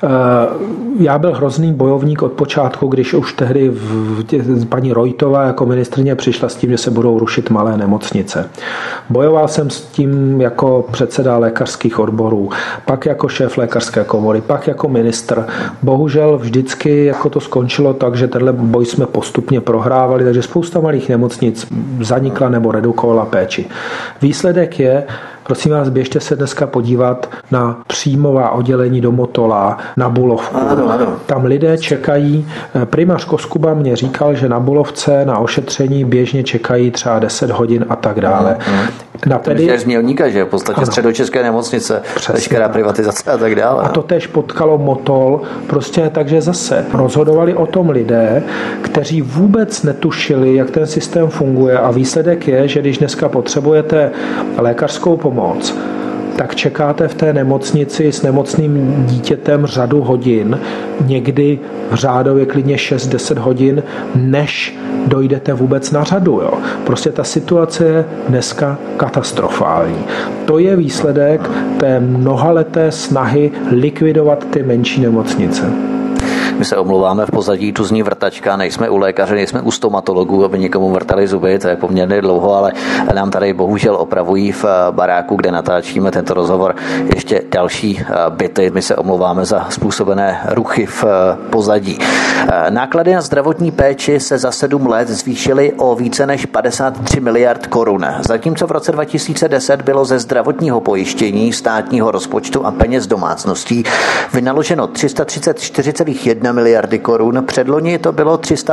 Já byl hrozný bojovník od počátku, když už tehdy paní Rojtová jako ministryně přišla s tím, že se budou rušit malé nemocnice. Bojoval jsem s tím jako předseda lékařských odborů, pak jako šéf lékařské komory, pak jako ministr. Bohužel vždycky jako to skončilo tak, že tenhle boj jsme postupně prohrávali, takže spousta malých nemocnic zanikla nebo redukovala péči. Výsledek je, prosím vás, běžte se dneska podívat na příjmová oddělení do Motola, na Bulovku. Tam lidé čekají, primář Koskuba mě říkal, že na Bulovce na ošetření běžně čekají třeba 10 hodin a tak dále. Z Mělníka, že v podstatě středočeské nemocnice, veškerá privatizace a tak dále. A to též potkalo Motol, prostě takže zase rozhodovali o tom lidé, kteří vůbec netušili, jak ten systém funguje a výsledek je, že když dneska potřebujete lékařskou pomoc, tak čekáte v té nemocnici s nemocným dítětem řadu hodin, někdy v řádově klidně 6-10 hodin, než dojdete vůbec na řadu. Jo. Prostě ta situace je dneska katastrofální. To je výsledek té mnohaleté snahy likvidovat ty menší nemocnice. My se omlouváme, v pozadí tu zní vrtačka, nejsme u lékaře, nejsme u stomatologů, aby někomu vrtali zuby, to je poměrně dlouho, ale nám tady bohužel opravují v baráku, kde natáčíme tento rozhovor, ještě další byty. My se omlouváme za způsobené ruchy v pozadí. Náklady na zdravotní péči se za 7 let zvýšily o více než 53 miliard korun. Zatímco v roce 2010 bylo ze zdravotního pojištění, státního rozpočtu a peněz domácností vynaloženo 334,1 1,1 miliardy korun, předloni to bylo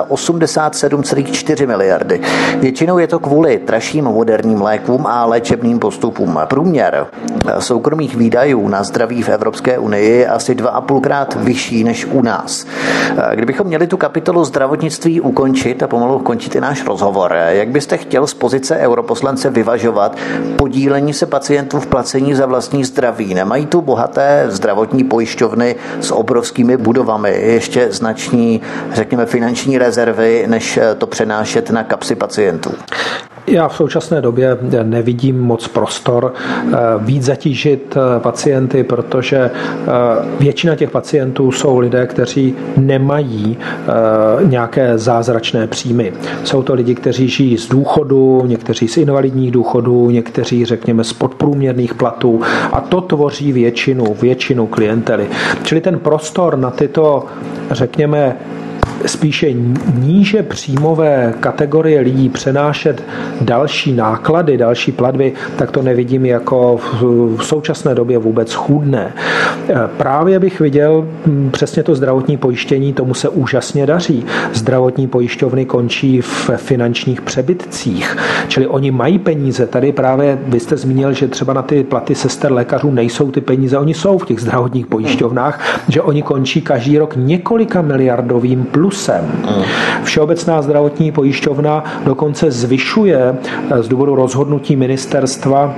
387,4 miliardy. Většinou je to kvůli dražším moderním lékům a léčebným postupům. Průměr soukromých výdajů na zdraví v Evropské unii je asi 2,5krát vyšší než u nás. Kdybychom měli tu kapitolu zdravotnictví ukončit a pomalu ukončit i náš rozhovor, jak byste chtěl z pozice europoslance vyvažovat podílení se pacientů v placení za vlastní zdraví? Nemají tu bohaté zdravotní pojišťovny s obrovskými budovami ještě znační, řekněme, finanční rezervy, než to přenášet na kapsy pacientů? Já v současné době nevidím moc prostor víc zatížit pacienty, protože většina těch pacientů jsou lidé, kteří nemají nějaké zázračné příjmy. Jsou to lidi, kteří žijí z důchodu, někteří z invalidních důchodů, někteří, řekněme, z podprůměrných platů a to tvoří většinu klientely. Čili ten prostor na tyto, řekněme, spíše níže příjmové kategorie lidí přenášet další náklady, další platby, tak to nevidím jako v současné době vůbec schůdné. Právě bych viděl přesně to zdravotní pojištění, tomu se úžasně daří. Zdravotní pojišťovny končí v finančních přebytcích, čili oni mají peníze. Tady právě vy jste zmínil, že třeba na ty platy sester, lékařů nejsou ty peníze, oni jsou v těch zdravotních pojišťovnách, že oni končí každý rok několika miliardovým plusem. Všeobecná zdravotní pojišťovna dokonce zvyšuje z důvodu rozhodnutí ministerstva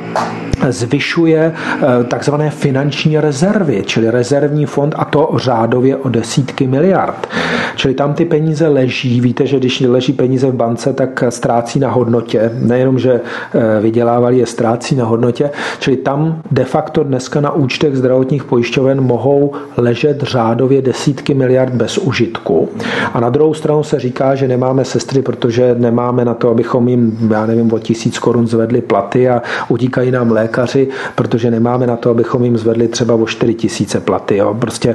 zvyšuje takzvané finanční rezervy, čili rezervní fond, a to řádově o desítky miliard. Čili tam ty peníze leží. Víte, že když leží peníze v bance, tak ztrácí na hodnotě. Nejenom, že vydělávali, je ztrácí na hodnotě. Čili tam de facto dneska na účtech zdravotních pojišťoven mohou ležet řádově desítky miliard bez užitku. A na druhou stranu se říká, že nemáme sestry, protože nemáme na to, abychom jim, já nevím, o 1000 korun zvedli platy a utíkají nám lékaři, protože nemáme na to, abychom jim zvedli třeba o 4000 platy. Jo. Prostě,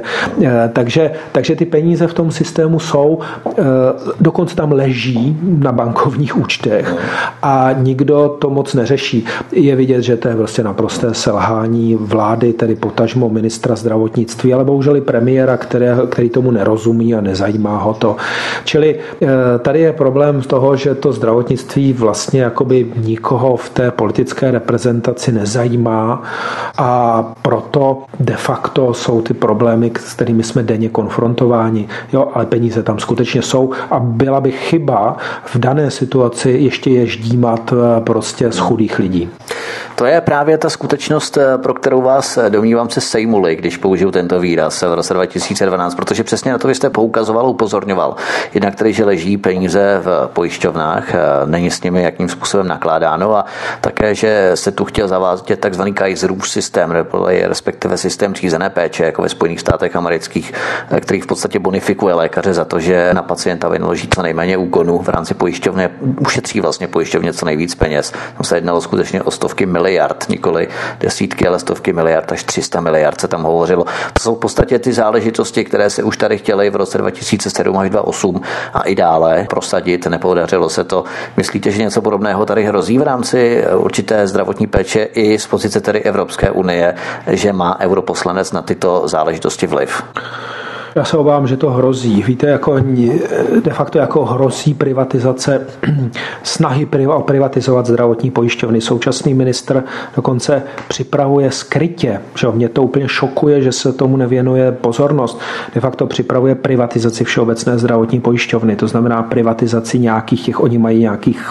takže ty peníze v tom systému jsou, dokonce tam leží na bankovních účtech a nikdo to moc neřeší. Je vidět, že to je prostě naprosté selhání vlády, tedy potažmo ministra zdravotnictví, ale bohužel i premiéra, který tomu nerozumí a nezajímá ho to. Čili tady je problém z toho, že to zdravotnictví vlastně jakoby nikoho v té politické reprezentaci nezajímá a proto de facto jsou ty problémy, s kterými jsme denně konfrontováni. Jo, ale peníze tam skutečně jsou a byla by chyba v dané situaci ještě je ždímat prostě z chudých lidí. To je právě ta skutečnost, pro kterou vás, domnívám se, sejmuli, když použiju tento výraz v roce 2012, protože přesně na to vy jste poukazoval, upozorňoval. Jednak tedy, že leží peníze v pojišťovnách, není s nimi jakým způsobem nakládáno a také, že se tu chtěl zavádět takzvaný Kaiserův systém, respektive systém řízené péče, jako ve Spojených státech amerických, který v podstatě bonifikuje lékaře za to, že na pacienta vynaloží co nejméně úkonů v rámci pojišťovny, ušetří vlastně pojišťovně co nejvíc peněz. Tam se jednalo skutečně o stovky miliard, nikoli desítky, ale stovky miliard, až 300 miliard se tam hovořilo. To jsou v podstatě ty záležitosti, které se už tady chtěly v roce 2007 až 2008 a i dále prosadit. Nepodařilo se to. Myslíte, že něco podobného tady hrozí v rámci určité zdravotní péče i z pozice tedy Evropské unie, že má europoslanec na tyto záležitosti vliv? Já se obávám, že to hrozí. Víte, jako de facto jako hrozí privatizace, snahy privatizovat zdravotní pojišťovny. Současný ministr dokonce připravuje skrytě, že mě to úplně šokuje, že se tomu nevěnuje pozornost. De facto připravuje privatizaci všeobecné zdravotní pojišťovny. To znamená privatizaci nějakých oni mají nějakých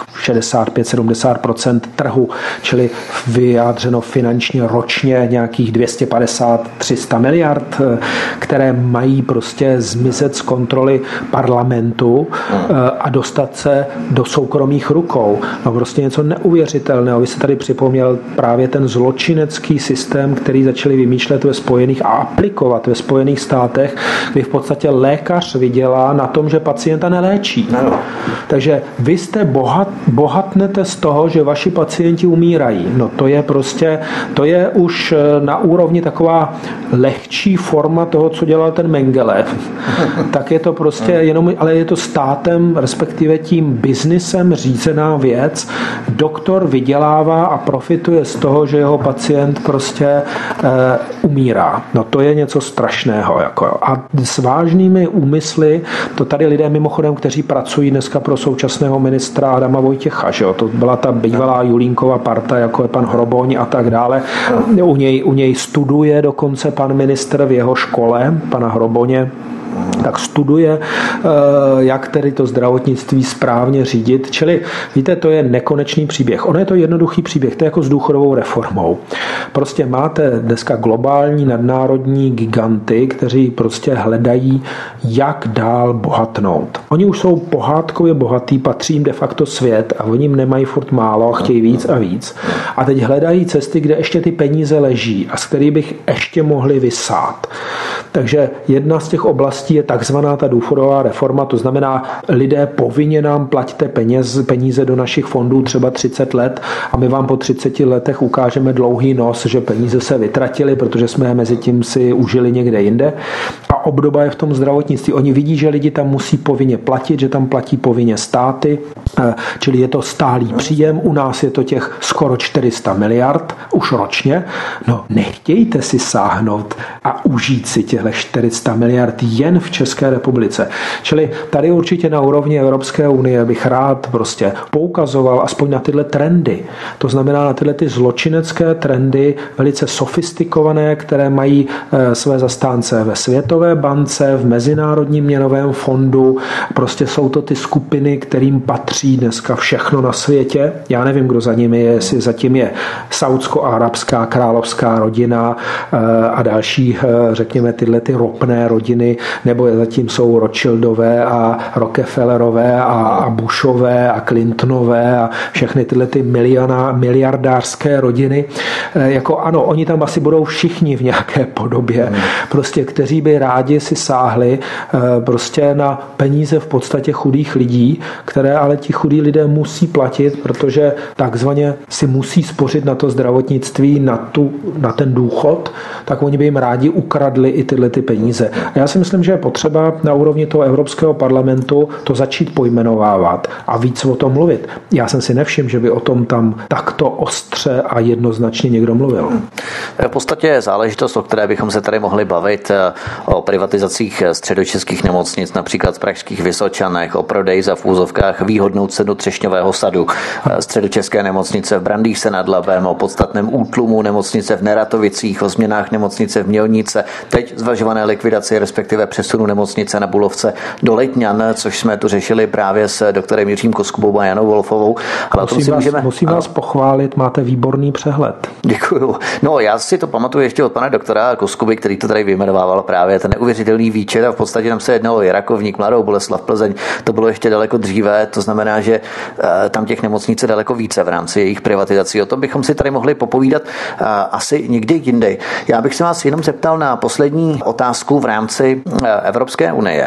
65-70% trhu, čili vyjádřeno finančně ročně nějakých 250-300 miliard, které mají prostě zmizet z kontroly parlamentu a dostat se do soukromých rukou. No prostě něco neuvěřitelného. Vy jste tady připomněl právě ten zločinecký systém, který začali vymýšlet ve Spojených a aplikovat ve Spojených státech, kdy v podstatě lékař vydělá na tom, že pacienta neléčí. No. Takže vy jste bohatnete z toho, že vaši pacienti umírají. No to je už na úrovni taková lehčí forma toho, co dělal ten Mengele. neděle, tak je to prostě jenom, ale je to státem, respektive tím biznisem řízená věc. Doktor vydělává a profituje z toho, že jeho pacient prostě umírá. No to je něco strašného. Jako. A s vážnými úmysly, to tady lidé mimochodem, kteří pracují dneska pro současného ministra Adama Vojtěcha, že jo? To byla ta bývalá Julínkova parta, jako je pan Hroboň a tak dále. U něj studuje dokonce pan ministr v jeho škole, pana Hroboně, tak studuje, jak tedy to zdravotnictví správně řídit. Čili, víte, to je nekonečný příběh. Ono je to jednoduchý příběh, to je jako s důchodovou reformou. Prostě máte dneska globální nadnárodní giganty, kteří prostě hledají, jak dál bohatnout. Oni už jsou pohádkově bohatý, patří jim de facto svět a oni jim nemají furt málo, chtějí víc a víc. A teď hledají cesty, kde ještě ty peníze leží a z kterých bych ještě mohli vysát. Takže jedna z těch oblastí je takzvaná ta důchodová reforma, to znamená, lidé povinně nám platíte peníze do našich fondů třeba 30 let a my vám po 30 letech ukážeme dlouhý nos, že peníze se vytratily, protože jsme je mezi tím si užili někde jinde. A obdoba je v tom zdravotnictví. Oni vidí, že lidi tam musí povinně platit, že tam platí povinně státy, čili je to stálý příjem. U nás je to těch skoro 400 miliard už ročně. No, nechtějte si sáhnout a užít si těchto 400 miliard jen v České republice. Čili tady určitě na úrovni Evropské unie bych rád prostě poukazoval aspoň na tyhle trendy. To znamená na tyhle ty zločinecké trendy, velice sofistikované, které mají své zastánce ve Světové bance, v Mezinárodním měnovém fondu. Prostě jsou to ty skupiny, kterým patří dneska všechno na světě. Já nevím, kdo za nimi je, jestli zatím je saudsko-arabská královská rodina a další, řekněme, tyhle ty ropné rodiny, nebo zatím jsou Rothschildové a Rockefellerové a Bushové a Clintonové a všechny tyhle ty miliardářské rodiny. Jako ano, oni tam asi budou všichni v nějaké podobě, prostě, kteří by rádi si sáhli prostě na peníze v podstatě chudých lidí, které ale ti chudí lidé musí platit, protože takzvaně si musí spořit na to zdravotnictví, na ten důchod, tak oni by jim rádi ukradli i tyhle ty peníze. A já si myslím, že je potřeba na úrovni toho Evropského parlamentu to začít pojmenovávat a víc o tom mluvit. Já jsem si nevšiml, že by o tom tam takto ostře a jednoznačně někdo mluvil. V podstatě je záležitost, o které bychom se tady mohli bavit, o privatizacích středočeských nemocnic, například v pražských Vysočanech, o prodeji za v úzovkách výhodnou cenu Třešňového sadu, středočeské nemocnice v Brandýse nad Labem, o podstatném útlumu nemocnice v Neratovicích, o změnách nemocnice v Mělnice, teď zvažované likvidaci, respektive přesunu nemocnice na Bulovce do Letňan, což jsme tu řešili právě s doktorem Jiřím Koskubou a Janou Wolfovou. Ale musím vás pochválit, máte výborný přehled. Děkuju. No, já si to pamatuju ještě od pana doktora Koskuby, který to tady vyjmenovával právě ten neuvěřitelný výčet a v podstatě tam se jednalo o Rakovník, Mladou Boleslav, Plzeň. To bylo ještě daleko dříve, to znamená, že tam těch nemocnic je daleko více v rámci jejich privatizací. O tom bychom si tady mohli popovídat asi někdy jindy. Já bych se vás jenom zeptal na poslední otázku v rámci Evropské unie.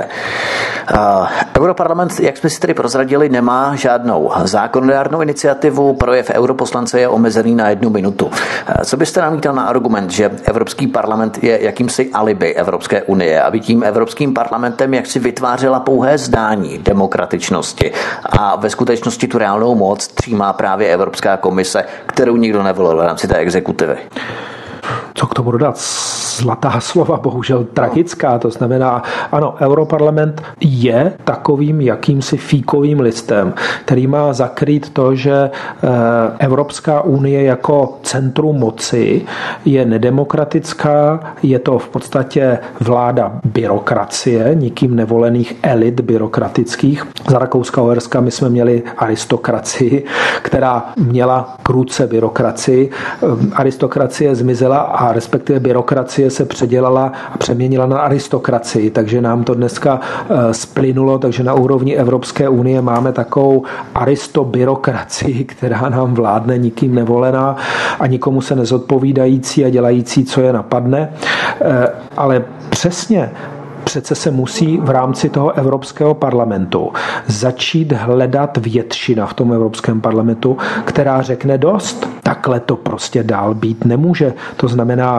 Europarlament, jak jsme si tady prozradili, nemá žádnou zákonodárnou iniciativu, projev europoslance je omezený na 1 minutu. Co byste namítal na argument, že Evropský parlament je jakýmsi alibi Evropské unie, aby tím Evropským parlamentem jaksi vytvářela pouhé zdání demokratičnosti a ve skutečnosti tu reálnou moc třímá právě Evropská komise, kterou nikdo nevolil v rámci té exekutivy? Co k tomu dodat? Zlatá slova, bohužel tragická. To znamená, ano, Europarlament je takovým jakýmsi fíkovým listem, který má zakrýt to, že Evropská unie jako centrum moci je nedemokratická, je to v podstatě vláda byrokracie, nikým nevolených elit byrokratických. Za Rakouska-Uherska my jsme měli aristokracii, která měla krůce byrokracii. Aristokracie zmizela a respektive byrokracie se předělala a přeměnila na aristokracii, takže nám to dneska splynulo, takže na úrovni Evropské unie máme takovou aristobyrokracii, která nám vládne, nikým nevolená a nikomu se nezodpovídající a dělající, co je napadne. Ale přesně přece se musí v rámci toho Evropského parlamentu začít hledat většina v tom Evropském parlamentu, která řekne dost. Takhle to prostě dál být nemůže. To znamená,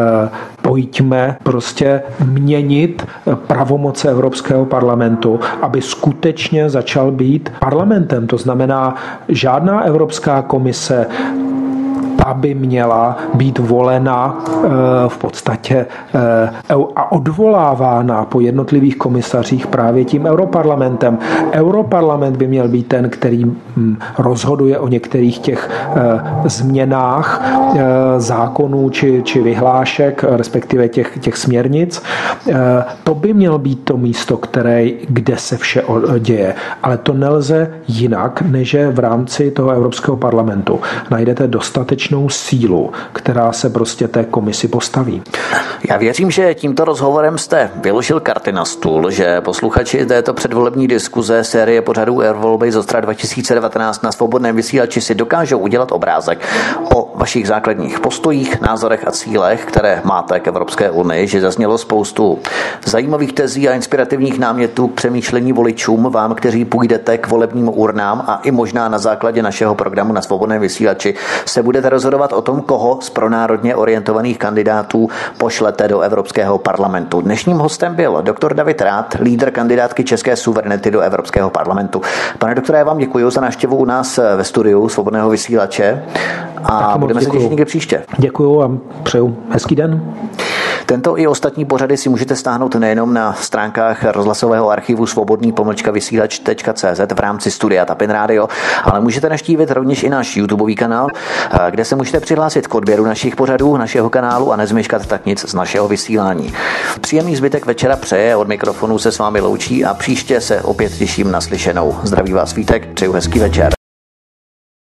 pojďme prostě měnit pravomoce Evropského parlamentu, aby skutečně začal být parlamentem. To znamená, žádná Evropská komise aby měla být volena v podstatě a odvolávána po jednotlivých komisařích právě tím Europarlamentem. Europarlament by měl být ten, který rozhoduje o některých těch změnách zákonů či vyhlášek, respektive těch směrnic. To by mělo být to místo, kde se vše děje. Ale to nelze jinak, než v rámci toho Evropského parlamentu najdete dostatečnou sílu, která se prostě té komisi postaví. Já věřím, že tímto rozhovorem jste vyložil karty na stůl, že posluchači této předvolební diskuze série pořadů Eurovolby z Ostra 2019 na Svobodném vysílači si dokážou udělat obrázek o vašich základních postojích, názorech a cílech, které máte k Evropské unii, že zaznělo spoustu zajímavých tezí a inspirativních námětů k přemýšlení voličům, vám, kteří půjdete k volebním urnám a i možná na základě našeho programu na Svobodném vysílači se budete rozhodovat o tom, koho z pronárodně orientovaných kandidátů pošlete do Evropského parlamentu. Dnešním hostem byl doktor David Rath, lídr kandidátky České suverenity do Evropského parlamentu. Pane doktore, já vám děkuji za návštěvu u nás ve studiu Svobodného vysílače a budeme se těšit někdy příště. Děkuji a přeju hezký den. Tento i ostatní pořady si můžete stáhnout nejenom na stránkách rozhlasového archivu svobodný-vysílač.cz v rámci studia Tapin Radio, ale můžete navštívit rovněž i náš YouTubeový kanál, kde se můžete přihlásit k odběru našich pořadů, našeho kanálu a nezmeškat tak nic z našeho vysílání. Příjemný zbytek večera přeje, od mikrofonu se s vámi loučí a příště se opět těším na slyšenou. Zdraví vás Vítek, přeju hezký večer.